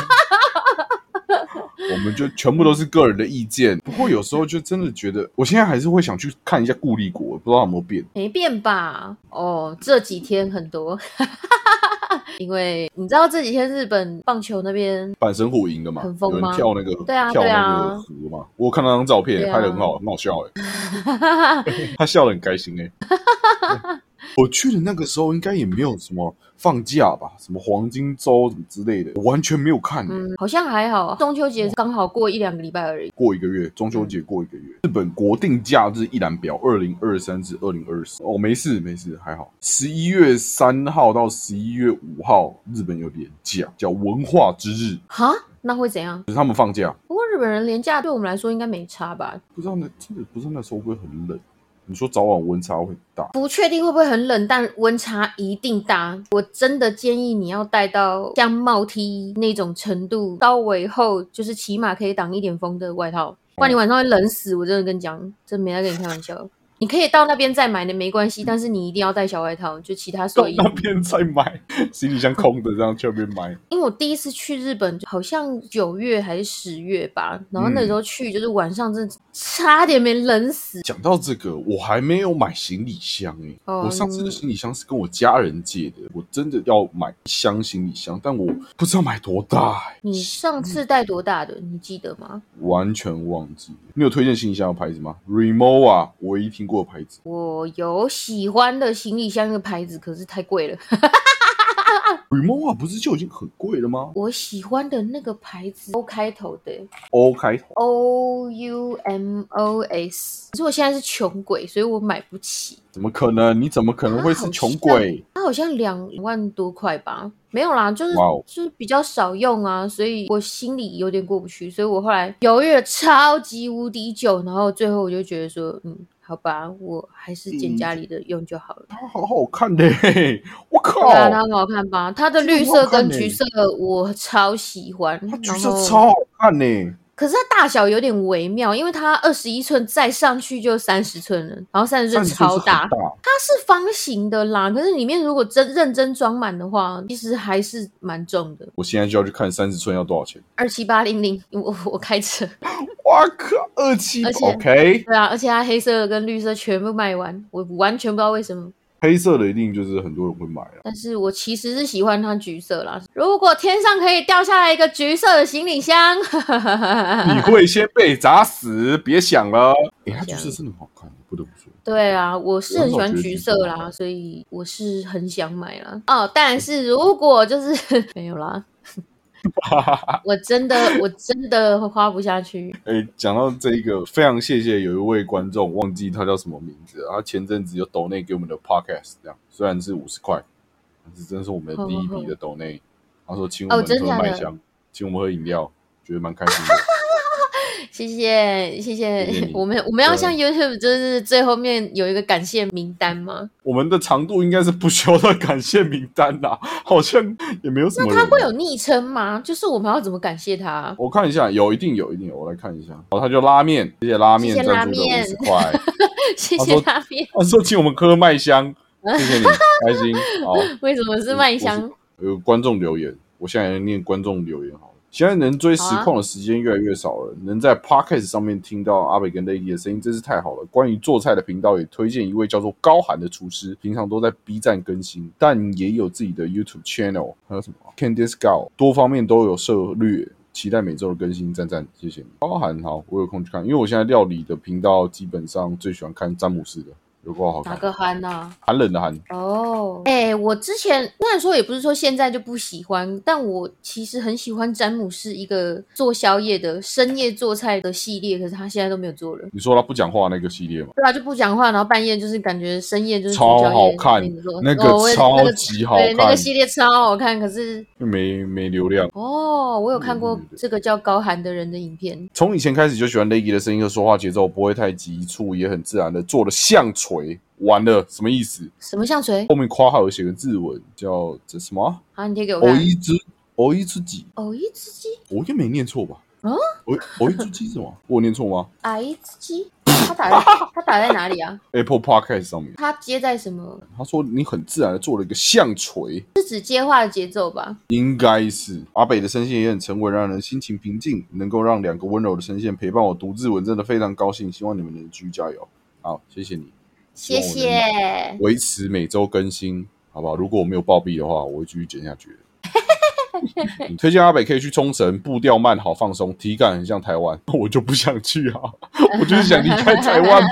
我们就全部都是个人的意见，不过有时候就真的觉得，我现在还是会想去看一下顾立国，不知道有没有变？ 没变吧？这几天很多。因为你知道这几天日本棒球那边阪神虎赢的嘛， 很疯吗？ 有人跳那个跳那个河嘛，我看到那张照片，拍得很好，很好笑他笑得很开心我去的那个时候应该也没有什么放假吧，什么黄金周什么之类的，我完全没有看好像还好，中秋节刚好过1-2个礼拜而已， 过1个月，中秋节过1个月。日本国定假日一览表，2023至2024。没事没事，还好。11月3号到11月5号，日本有连假，叫文化之日。 哈？那会怎样？ 就是他们放假。 不过日本人连假对我们来说应该没差吧？ 不知道真的不知道那时候会不会很冷。你说早晚温差会大， 不确定会不会很冷，但温差一定大。我真的建议你要带到像帽 T 那种程度，稍微厚，就是起码可以挡一点风的外套，不然你晚上会冷死。我真的跟你讲，真没在跟你开玩笑。你可以到那边再买的没关系，但是你一定要带小外套，就其他所有衣服到那边再买，行李箱空的这样去那边买。 因为我第一次去日本好像9月还是10月吧，然后那时候去就是晚上真的差点没冷死。 讲到这个，我还没有买行李箱我上次的行李箱是跟我家人借的，我真的要买1箱行李箱，但我不知道买多大你上次带多大的？你记得吗？ 完全忘记。你有推荐行李箱的牌子吗？ Rimowa 我唯一听过的牌子。 我有喜欢的行李箱的牌子，可是太贵了。 Rimowa 不是就已经很贵了吗？ 我喜欢的那个牌子 O 开头的 O 开头 OUMOS， 可是我现在是穷鬼，所以我买不起。 怎么可能？你怎么可能会是穷鬼？ 它好像2万多块吧？没有啦，就是比较少用啊，所以我心里有点过不去，所以我后来犹豫了超级无敌久，然后最后我就觉得说，好吧，我还是捡家里的用就好了。 它好好看的我靠！ 对啊，它很好看吧？它的绿色跟橘色我超喜欢， 它橘色超好看可是它大小有点微妙，因为它21寸再上去就30寸了，然后30寸超大，它是方形的啦，可是里面如果认真装满的话，其实还是蛮重的。 我现在就要去看30寸要多少钱 27800，我开车。 哇靠，27 OK。 对啊，而且它黑色跟绿色全部卖完，我完全不知道为什么。 黑色的一定就是很多人会买啦， 但是我其实是喜欢它橘色啦。如果天上可以掉下来一个橘色的行李箱， 你会先被砸死，别想了。它橘色真的很好看，不得不说。 对啊，我是很喜欢橘色啦，所以我是很想买啦。哦，但是如果就是没有啦。我真的花不下去。 讲到这个，非常谢谢有一位观众，忘记他叫什么名字，他前阵子有抖内给我们的 podcast， 这样虽然是50块，但是真的是我们的第一笔的抖内。他说请我们喝麦香，请我们喝饮料，觉得蛮开心的。 谢谢，我们要像 YouTube 就是最后面有一个感谢名单吗？ 我们的长度应该是不需要的感谢名单啦，好像也没有什么人。 那他会有昵称吗？就是我们要怎么感谢他？ 我看一下，一定有，我来看一下。他就拉面，谢谢拉面赞助的50块， 谢谢拉面。 他说请我们喝麦香，谢谢你，开心。好， 为什么是麦香？ 有观众留言，我现在来念观众留言好了。现在能追实况的时间越来越少了，能在 Podcast 上面听到阿北跟 Lady 的声音真是太好了。关于做菜的频道也推荐一位叫做高寒的厨师，平常都在 B 站更新，但也有自己的 YouTube channel， 还有什么 Candice Gao， 多方面都有涉猎，期待每周的更新，赞赞，谢谢你。高寒好，我有空去看，因为我现在料理的频道基本上最喜欢看詹姆士的。有够好看。 哪个寒啊？ 寒冷的寒。 哦，我之前虽然说也不是说现在就不喜欢，但我其实很喜欢詹姆士一个做宵夜的深夜做菜的系列，可是他现在都没有做了。 你说他不讲话那个系列吗？ 对啊，就不讲话，然后半夜就是感觉深夜就是超好看，那个超级好看， 对，那个系列超好看，可是没流量。 哦，我有看过这个叫高寒的人的影片。 从以前开始就喜欢 Leggy 的声音和说话节奏，不会太急促，也很自然的做了像锤。完了，什么意思？ 什么像锤？ 后面括号有写个日文，叫这什么？ 好，你贴给我看。 偶一之己， 偶一之己， 我应该没念错吧？ 啊？ 偶一之己是什么？我有念错吗？ 偶一之己，他打在哪里啊 ？Apple Podcast 上面。 他接在什么？ 他说你很自然的做了一个像锤， 是指接话的节奏吧？ 应该是。阿北的声线也很沉稳，让人心情平静，能够让2个温柔的声线陪伴我读日文，真的非常高兴。希望你们能继续加油。好，谢谢你。 谢谢， 维持每周更新，好不好？如果我没有暴毙的话，我会继续剪下去的。推荐阿北可以去冲绳，步调慢，好放松，体感很像台湾。我就不想去啊，我就是想离开台湾。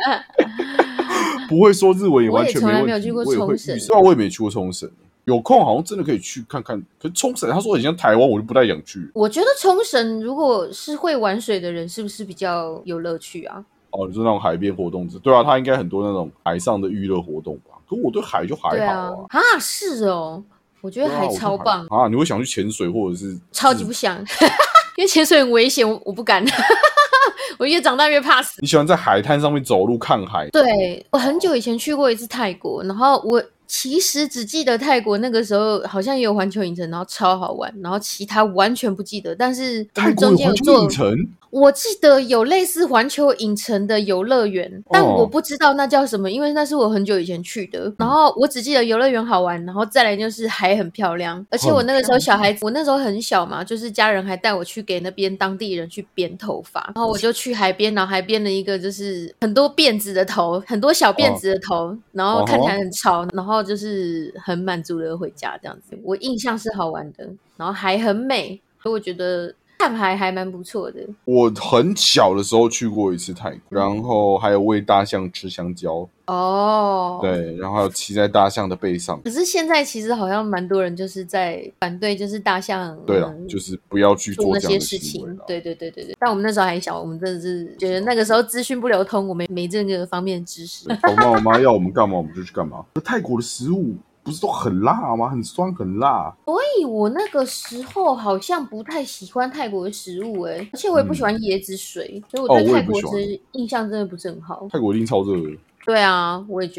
不会说日文也完全没问题。 我也从来没有去过冲绳， 对啊，我也没去过冲绳。有空好像真的可以去看看。可是冲绳他说很像台湾，我就不太想去。 我觉得冲绳如果是会玩水的人，是不是比较有乐趣啊？ 哦，你说那种海边活动，对啊，它应该很多那种海上的娱乐活动吧？可我对海就还好啊。 是哦，我觉得海超棒啊！你会想去潜水或者是？ 超级不想，因为潜水很危险，我不敢。我越长大越怕死。 你喜欢在海滩上面走路看海？ 对，我很久以前去过一次泰国，然后我其实只记得泰国那个时候好像也有环球影城，然后超好玩，然后其他完全不记得。但是我们中间有做泰国有环球影城。 我记得有类似环球影城的游乐园，但我不知道那叫什么，因为那是我很久以前去的。然后我只记得游乐园好玩，然后再来就是海很漂亮，而且我那个时候小孩子，我那时候很小嘛，就是家人还带我去给那边当地人去编头发，然后我就去海边，然后还编了一个就是很多辫子的头，很多小辫子的头，然后看起来很潮，然后就是很满足的回家这样子。我印象是好玩的，然后海很美，所以我觉得看海还蛮不错的。 我很小的时候去过一次泰国，然后还有喂大象吃香蕉。 哦， 对，然后还有骑在大象的背上。 可是现在其实好像蛮多人就是在反对，就是大象。 对了，就是不要去做那些事情。对。但我们那时候还小，我们真的是觉得那个时候资讯不流通，我们没这个方面的知识。 我妈要我们干嘛，我们就去干嘛。泰国的食物不是都很辣吗？很酸很辣。 所以我那个时候好像不太喜欢泰国的食物而且我也不喜欢椰子水，所以我对泰国的印象真的不是很好。 泰国一定超热的。 对啊，我也觉得。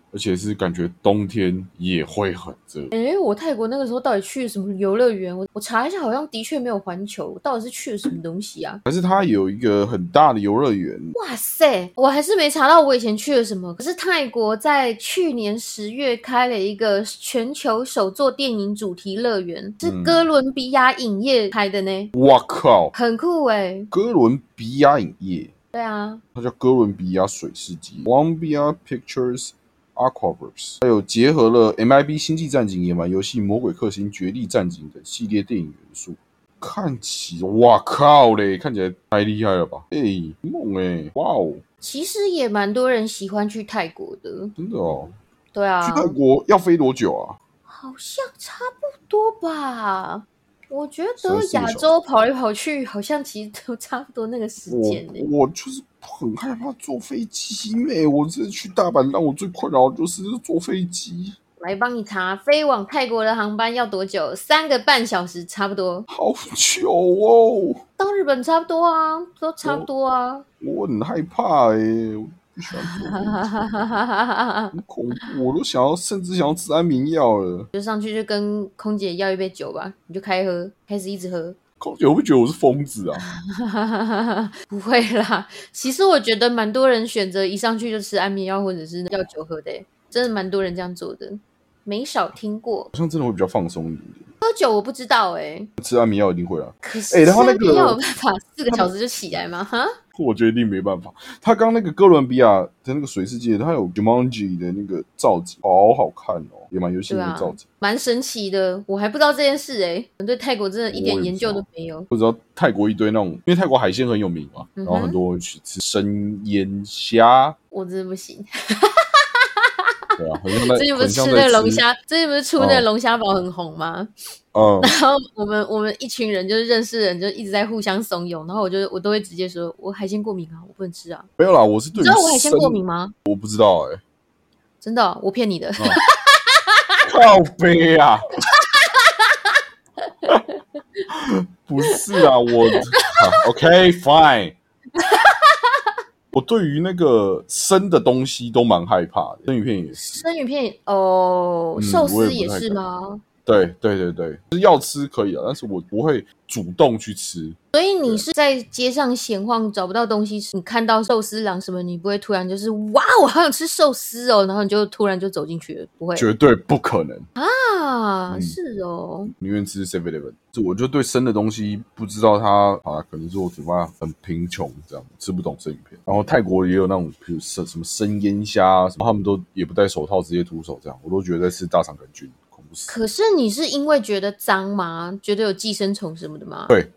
而且是感觉冬天也会很热。 我泰国那个时候到底去了什么游乐园？我查一下，好像的确没有环球，到底是去了什么东西啊？ 还是它有一个很大的游乐园？ 哇塞，我还是没查到我以前去了什么。可是泰国在去年10月开了一个全球首座电影主题乐园，是哥伦比亚影业开的呢。 哇靠， 很酷哥伦比亚影业。 对啊， 它叫哥伦比亚水世纪 （Columbia Pictures Aquaverse），还有结合了 MIB 星际战警、野蛮游戏、魔鬼克星、绝地战警等系列电影元素。看起，哇靠嘞，看起来太厉害了吧！梦哇哦！ 其实也蛮多人喜欢去泰国的， 真的哦。 对啊， 去泰国要飞多久啊？ 好像差不多吧。我觉得 3-4个小时亚洲跑来跑去，好像其实都差不多那个时间呢。 我就是很害怕坐飞机妹，我这次去大阪让我最困扰的就是坐飞机。 来帮你查，飞往泰国的航班要多久？3个半小时，差不多。 好久哦。 到日本差不多啊，都差不多啊。 我很害怕我不喜欢坐飞机，很恐怖，我都甚至想要吃安眠药了。 就上去就跟空姐要一杯酒吧，你就开喝，开始一直喝。 空姐会不会觉得我是疯子啊？ 不会啦，其实我觉得蛮多人选择一上去就吃安眠药或者是要酒喝的真的蛮多人这样做的，没少听过。 好像真的会比较放松一点点。 喝酒我不知道吃安眠药一定会啊。 可是然后那个吃安眠药有办法4个小时就起来吗？哈， 我觉得一定没办法。他刚那个哥伦比亚的那个水世界，他有 Jumanji 的那个造景，好好看哦，也蛮游戏的造景， 蛮神奇的。我还不知道这件事我对泰国真的一点研究都没有。 不知道泰国一堆那种，因为泰国海鲜很有名嘛，然后很多人去吃生腌虾， 我真的不行。 对啊，最近不是吃那个龙虾，最近不是出那个龙虾堡很红吗？然后我们一群人就是认识的人，就一直在互相怂恿，然后我都会直接说，我海鲜过敏啊，我不能吃啊。 没有啦，我是对于你知道我海鲜过敏吗？ 我不知道真的我骗你的。 靠北啊！不是啊，OK fine。我对于那个生的东西都蛮害怕的，生鱼片也是。 生鱼片寿司也是吗？ 对，就是要吃可以啊，但是我不会主动去吃。 所以你是在街上闲晃找不到东西吃，你看到寿司郎什么，你不会突然就是哇，我好想吃寿司哦，然后你就突然就走进去了，不会？ 绝对不可能啊！是哦， 宁愿吃 7-Eleven。我就对生的东西不知道它可能是我嘴巴很贫穷，这样吃不懂生鱼片。然后泰国也有那种，比如什么生腌虾，什么他们都也不戴手套，直接徒手这样，我都觉得在吃大肠杆菌，恐怖死。 可是你是因为觉得脏吗？觉得有寄生虫什么的吗？ 对。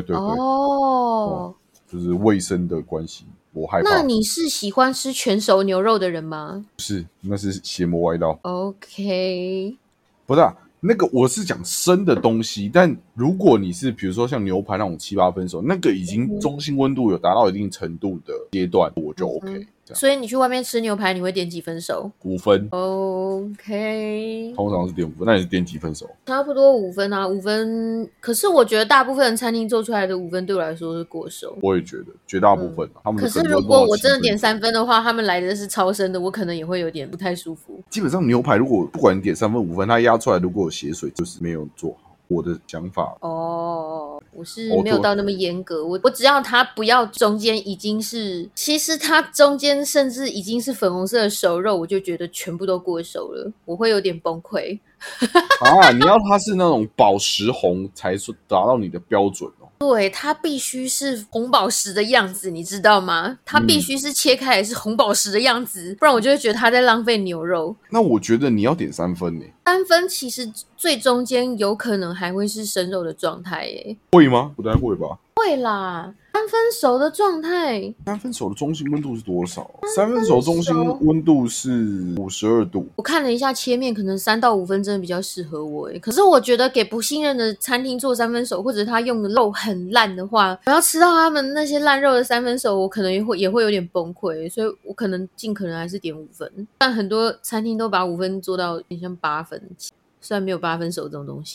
就是卫生的关系，我害怕。 那你是喜欢吃全熟牛肉的人吗？ 不是，那是邪魔歪道。 OK， 不是那个我是讲生的东西，但如果你是比如说像牛排那种7-8分熟，那个已经中性温度有达到一定程度的阶段，我就 OK。 所以你去外面吃牛排，你会点几分熟 ？5分。 OK， 通常是点5分，那你是点几分熟？ 差不多5分啊，5分。可是我觉得大部分餐厅做出来的5分对我来说是过熟。 我也觉得绝大部分他们。 可是如果我真的点3分的话，他们来的是超生的，我可能也会有点不太舒服。 基本上牛排如果不管你点3分5分，它压出来如果有血水，就是没有做好。我的想法我是没有到那么严格，我只要它不要中间已经是，其实它中间甚至已经是粉红色的熟肉，我就觉得全部都过熟了，我会有点崩溃。 你要它是那种宝石红才达到你的标准哦。 对，它必须是红宝石的样子，你知道吗？它必须是切开来是红宝石的样子，不然我就会觉得它在浪费牛肉。 那我觉得你要点3分 3分其实最中间有可能还会是生肉的状态会吗？不太会吧？ 会啦，3分熟的状态 ，3分熟的中心温度是多少？3分熟中心温度是52度。 我看了一下切面，可能3到5分真的比较适合我可是我觉得给不信任的餐厅做3分熟，或者他用的肉很烂的话，我要吃到他们那些烂肉的3分熟，我可能也会有点崩溃，所以我可能尽可能还是点5分。但很多餐厅都把5分做到有点像8分，虽然没有8分熟这种东西。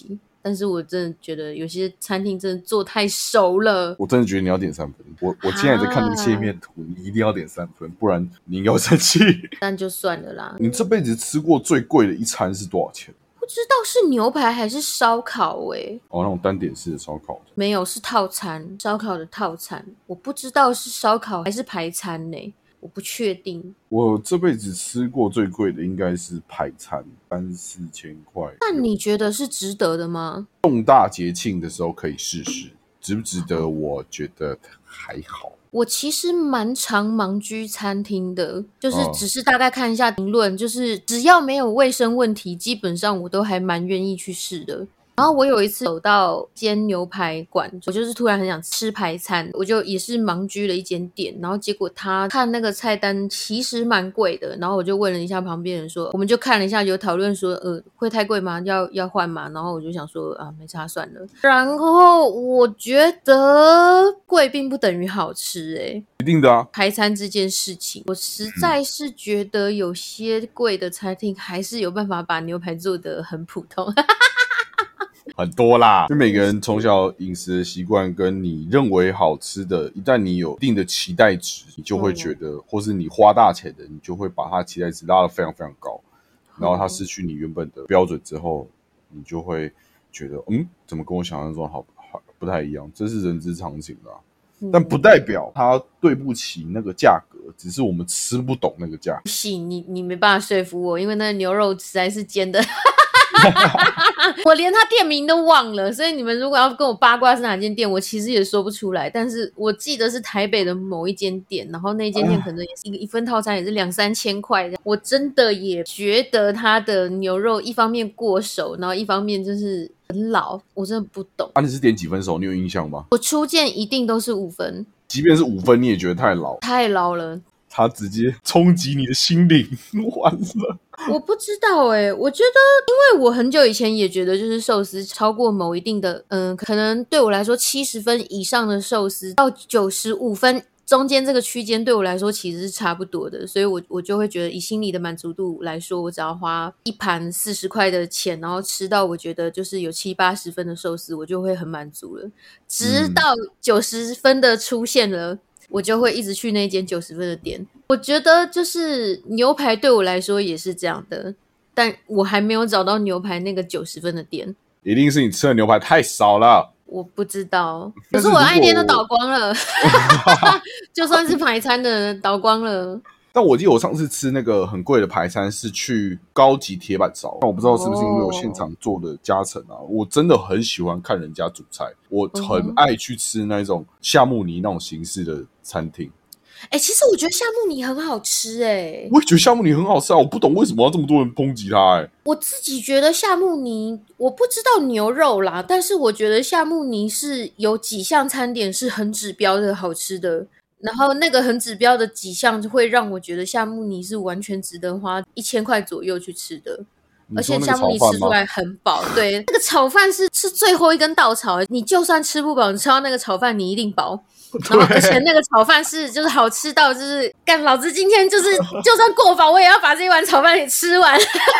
但是我真的觉得有些餐厅真的做太熟了。 我真的觉得你要点3分，我现在在看那个切面图，你一定要点3分，不然你应该会生气。 但就算了啦。 你这辈子吃过最贵的一餐是多少钱？ 不知道是牛排还是烧烤那种单点式的烧烤的。 没有，是套餐，烧烤的套餐。我不知道是烧烤还是排餐我不确定。 我这辈子吃过最贵的应该是排餐，3-4千块。 那你觉得是值得的吗？ 重大节庆的时候可以试试，值不值得？我觉得还好。 我其实蛮常盲居餐厅的，就是只是大概看一下评论，就是只要没有卫生问题，基本上我都还蛮愿意去试的。然后我有一次走到间牛排馆，我就是突然很想吃排餐，我就也是盲居了一间店，然后结果他看那个菜单其实蛮贵的，然后我就问了一下旁边人说，我们就看了一下，有讨论说会太贵吗？要换吗？然后我就想说没差算了。然后我觉得贵并不等于好吃一定的啊。 排餐这件事情，我实在是觉得有些贵的餐厅还是有办法把牛排做得很普通。 很多啦，就每个人从小饮食的习惯跟你认为好吃的，一旦你有一定的期待值，你就会觉得，或是你花大钱的，你就会把它期待值拉得非常非常高，然后它失去你原本的标准之后，你就会觉得，怎么跟我想象中好不太一样？这是人之常情啦。但不代表它对不起那个价格，只是我们吃不懂那个价格。 不行，你没办法说服我，因为那个牛肉实在是煎的。我连他店名都忘了，所以你们如果要跟我八卦是哪间店，我其实也说不出来。但是我记得是台北的某一间店，然后那间店可能也是一份套餐，也是2-3千块。我真的也觉得他的牛肉一方面过熟，然后一方面就是很老，我真的不懂。 你是点几分熟？你有印象吗？ 我初见一定都是5分， 即便是5分，你也觉得太老， 太老了。 它直接冲击你的心灵，完了。 我不知道我觉得，因为我很久以前也觉得，就是寿司超过某一定的，可能对我来说70分以上的寿司到95分中间这个区间，对我来说其实是差不多的，所以我就会觉得，以心理的满足度来说，我只要花一盘40块的钱，然后吃到我觉得就是有70-80分的寿司，我就会很满足了。直到90分的出现了。我就会一直去那间90分的店。我觉得就是牛排对我来说也是这样的，但我还没有找到牛排那个90分的店。 一定是你吃的牛排太少了。 我不知道，可是我爱店都倒光了。就算是排餐的倒光了。 但我记得我上次吃那个很贵的排餐是去高级铁板烧，但我不知道是不是因为有现场做的加成啊。我真的很喜欢看人家煮菜，我很爱去吃那种夏目尼那种形式的餐厅。 其实我觉得夏目尼很好吃我也觉得夏目尼很好吃啊，我不懂为什么要这么多人抨击它我自己觉得夏目尼，我不知道牛肉啦，但是我觉得夏目尼是有几项餐点是很指标的好吃的。然后那个很指标的几项就会让我觉得夏目尼是完全值得花1000块左右去吃的，而且夏目尼吃出来很饱。对，那个炒饭是最后一根稻草，你就算吃不饱，你吃到那个炒饭你一定饱。然后而且那个炒饭是就是好吃到就是干老子今天就是就算过饱我也要把这一碗炒饭给吃完。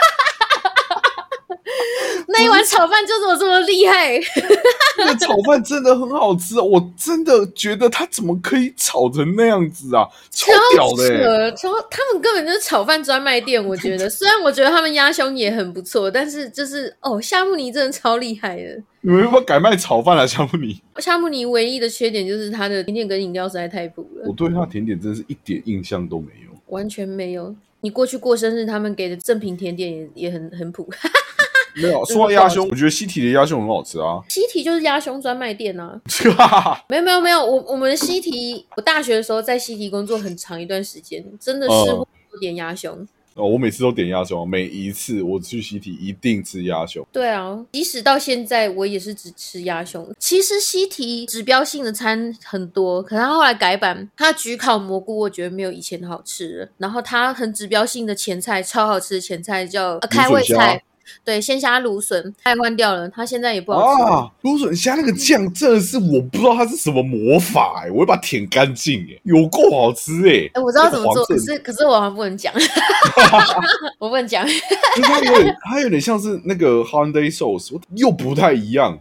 那一碗炒饭就怎么这么厉害？ 那个炒饭真的很好吃，我真的觉得他怎么可以炒成那样子啊，超屌的他们根本就是炒饭专卖店。我觉得虽然我觉得他们鸭胸也很不错，但是就是夏目尼真的超厉害的。 你们要不要改卖炒饭啊？夏目尼唯一的缺点就是它的甜点跟饮料实在太补了。 我对它的甜点真的是一点印象都没有， 完全没有。你过去过生日他们给的赠品甜点也很普。 没有。说到鸭胸，我觉得西提的鸭胸很好吃啊。 西提就是鸭胸专卖店啊。没有，我们西提，我大学的时候在西提工作很长一段时间，真的是会点鸭胸。 我每次都点鸭胸，每一次我去西提一定吃鸭胸。 对啊，即使到现在我也是只吃鸭胸。其实西提指标性的餐很多，可是他后来改版，他焗烤蘑菇我觉得没有以前好吃了。然后他很指标性的前菜，超好吃的前菜叫开胃菜。 对，鲜虾芦笋它也换掉了，它现在也不好吃啊，芦笋虾那个酱真的是我不知道它是什么魔法我会把它舔干净有够好吃我知道怎么做，可是我好像不能讲，我不能讲， 它有点像是那个 Hollandaise sauce， 又不太一样。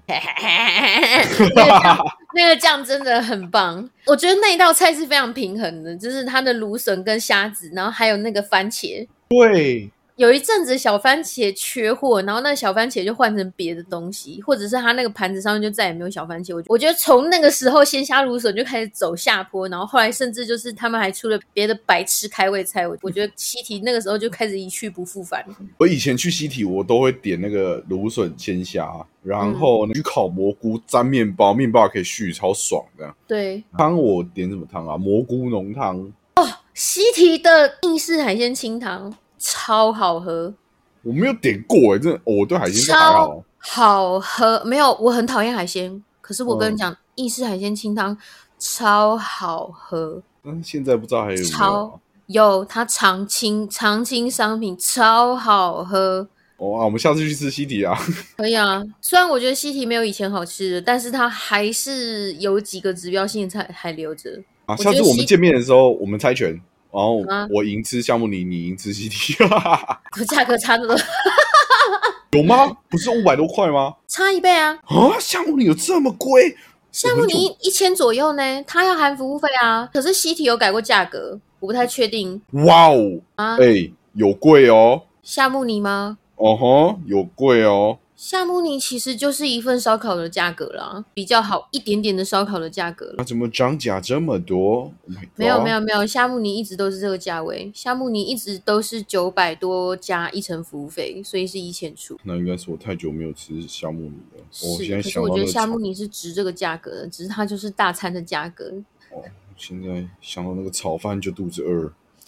那个酱真的很棒，我觉得那一道菜是非常平衡的，就是它的芦笋跟虾子，然后还有那个番茄。 对， 有一阵子小番茄缺货，然后那个小番茄就换成别的东西，或者是它那个盘子上面就再也没有小番茄。我觉得从那个时候鲜虾芦笋就开始走下坡，然后后来甚至就是他们还出了别的白痴开胃菜。我觉得西提那个时候就开始一去不复返。 我以前去西提我都会点那个芦笋鲜虾，然后去烤蘑菇沾面包，面包可以续，超爽的。 对， 汤我点什么汤啊？蘑菇浓汤。 西提的意式海鲜清汤超好喝， 我没有点过真的，我对海鲜还好。 好喝，没有，我很讨厌海鲜，可是我跟你讲，意式海鲜清汤超好喝。 现在不知道还有没有有，它常青商品超好喝。 我们下次去吃西提啊。 可以啊，虽然我觉得西提没有以前好吃的，但是它还是有几个指标性的菜还留着。 下次我们见面的时候，我们猜拳，然后我赢吃夏目尼，你赢吃西提。 价格差不多。 有吗？不是500多块吗？ 差1倍啊！ 夏目尼有这么贵？ 夏目尼1000左右呢，它要含服务费啊。可是西提有改过价格，我不太确定。 哇哦！有贵哦。 夏目尼吗？ 有贵哦。 夏目尼其实就是一份烧烤的价格啦，比较好一点点的烧烤的价格了。 那怎么涨价这么多？ 没有，夏目尼一直都是这个价位，夏目尼一直都是900多加1层服务费，所以是1000出。 那应该是我太久没有吃夏目尼了。 可是我觉得夏目尼是值这个价格的，只是它就是大餐的价格。 现在想到那个炒饭就肚子饿。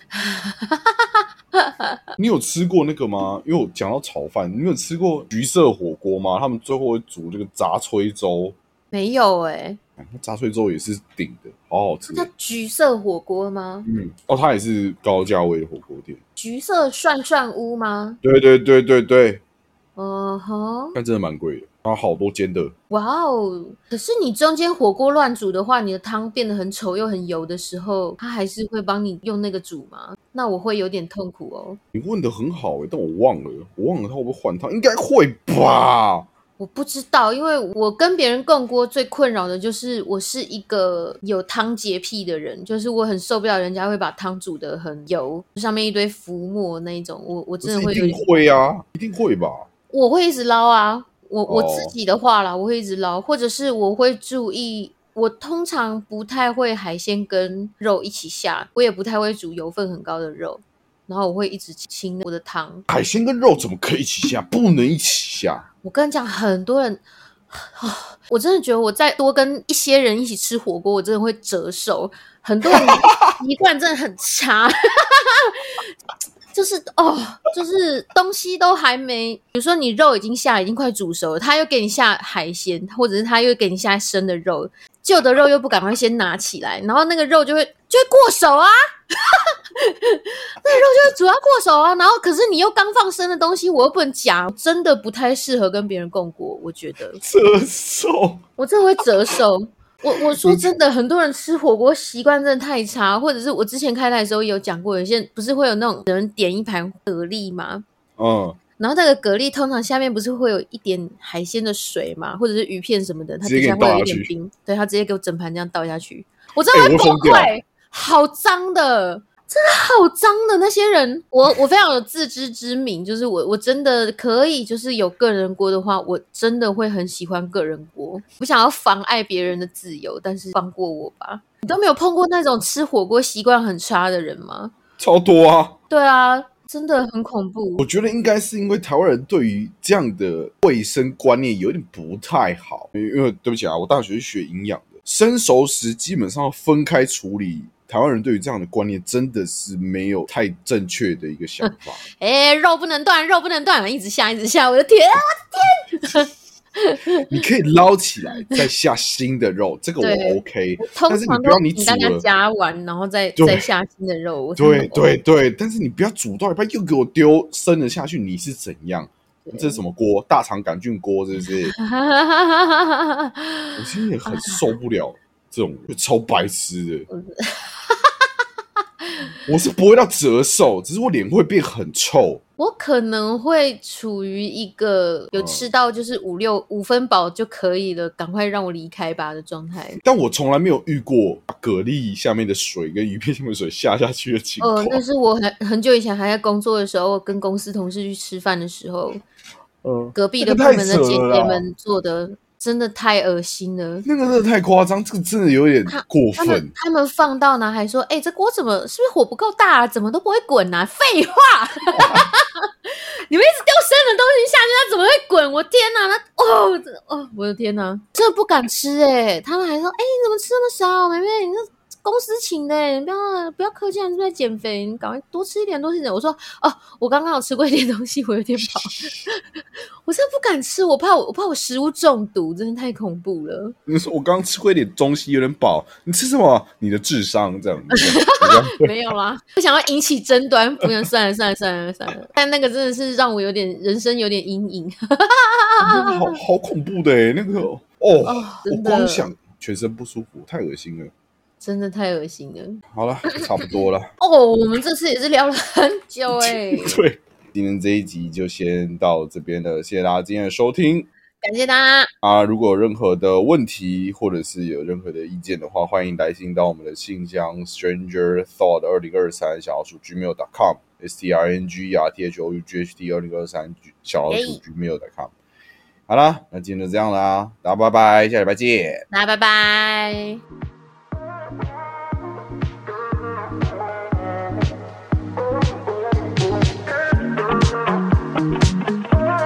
你有吃过那个吗？因为我讲到炒饭，你有吃过橘色火锅吗？他们最后会煮这个炸炊粥。 没有炸炊粥也是顶的，好好吃。 它橘色火锅吗？ 它也是高价位的火锅店。 橘色涮屋吗？ 对。但真的蛮贵的，它好多间的。 哇哦！可是你中间火锅乱煮的话，你的汤变得很稠又很油的时候，它还是会帮你用那个煮吗？那我会有点痛苦哦。 你问得很好但我忘了它会不会换汤？应该会吧。 我不知道，因为我跟别人共锅最困扰的就是我是一个有汤洁癖的人，就是我很受不了人家会把汤煮得很油，上面一堆浮沫那一种，我真的会有点。 一定会啊，一定会吧。 我会一直捞啊，我自己的话啦，我会一直捞，或者是我会注意，我通常不太会海鲜跟肉一起下，我也不太会煮油分很高的肉，然后我会一直清我的汤。 海鲜跟肉怎么可以一起下？不能一起下。 我跟你讲，很多人，我真的觉得我再多跟一些人一起吃火锅，我真的会折寿。很多人习惯真的很差。就是东西都还没，比如说你肉已经快煮熟了，他又给你下海鲜，或者是他又给你下生的肉，旧的肉又不赶快先拿起来，然后那个肉就会过熟啊。那个肉就会煮到过熟啊，然后可是你又刚放生的东西，我又不能夹，真的不太适合跟别人共锅，我觉得折寿， 我真的会折寿。我说真的，很多人吃火锅习惯真的太差，或者是我之前开台的时候有讲过，有些不是会有那种人点一盘蛤蜊吗？然后那个蛤蜊通常下面不是会有一点海鲜的水嘛，或者是鱼片什么的，它底下会有一点冰，对，他直接给我整盘这样倒下去，我真的会崩溃，好脏的。真的好脏的那些人，我非常有自知之明，就是我真的可以，就是有个人锅的话，我真的会很喜欢个人锅，不想要妨碍别人的自由，但是放过我吧。你都没有碰过那种吃火锅习惯很差的人吗？ 超多啊。 对啊，真的很恐怖。 我觉得应该是因为台湾人对于这样的卫生观念有点不太好，因为对不起啊，我大学是学营养的，生熟食基本上要分开处理。台湾人对于这样的观念真的是没有太正确的一个想法。 肉不能断，肉不能断，一直下，我的天啊，我的天！ 你可以捞起来再下新的肉，这个我 OK。但是你不要你煮了， 大家夹完然后再下新的肉。 对，但是你不要煮到一半又给我丢生的下去，你是怎样？ 这是什么锅？大肠杆菌锅是不是？我现在也很受不了这种超白痴的。我是不会到折寿，只是我脸会变很臭。 我可能会处于一个有吃到就是5分饱就可以了，赶快让我离开吧的状态。 但我从来没有遇过把蛤蜊下面的水跟鱼片下面的水下去的情况。 那是我很久以前还在工作的时候，跟公司同事去吃饭的时候，隔壁的部门的姐姐们做的。真的太恶心了， 那个真的太夸张，这个真的有点过分。 他们放到呢，还说：“这锅怎么是不是火不够大啊？怎么都不会滚啊？”废话，你们一直丢生的东西下去，它怎么会滚？我天哪，我的天哪，真的不敢吃他们还说：“你怎么吃那么少？妹妹，你这公司请的，你不要客气，你是不是在减肥？你赶快多吃一点，多吃一点。”我说：“我刚刚有吃过一点东西，我有点饱。”我真的不敢吃，我怕我食物中毒，真的太恐怖了。 你说我刚刚吃过一点东西，有点饱。你吃什么？你的智商这样？ 没有啦，不想要引起争端，不能算了。但那个真的是让我人生有点阴影。 好恐怖的那个我光想全身不舒服，太恶心了。 真的太恶心了。 好了，差不多了。 我们这次也是聊了很久对。今天这一集就先到这边了，谢谢大家今天的收听， 感谢大家如果有任何的问题或者是有任何的意见的话，欢迎来信到我们的信箱 strangerthought2023@gmail.com strngerthough2023@gmail.com。 好啦，那今天就这样啦，大家拜拜，下礼拜见， 大家拜拜。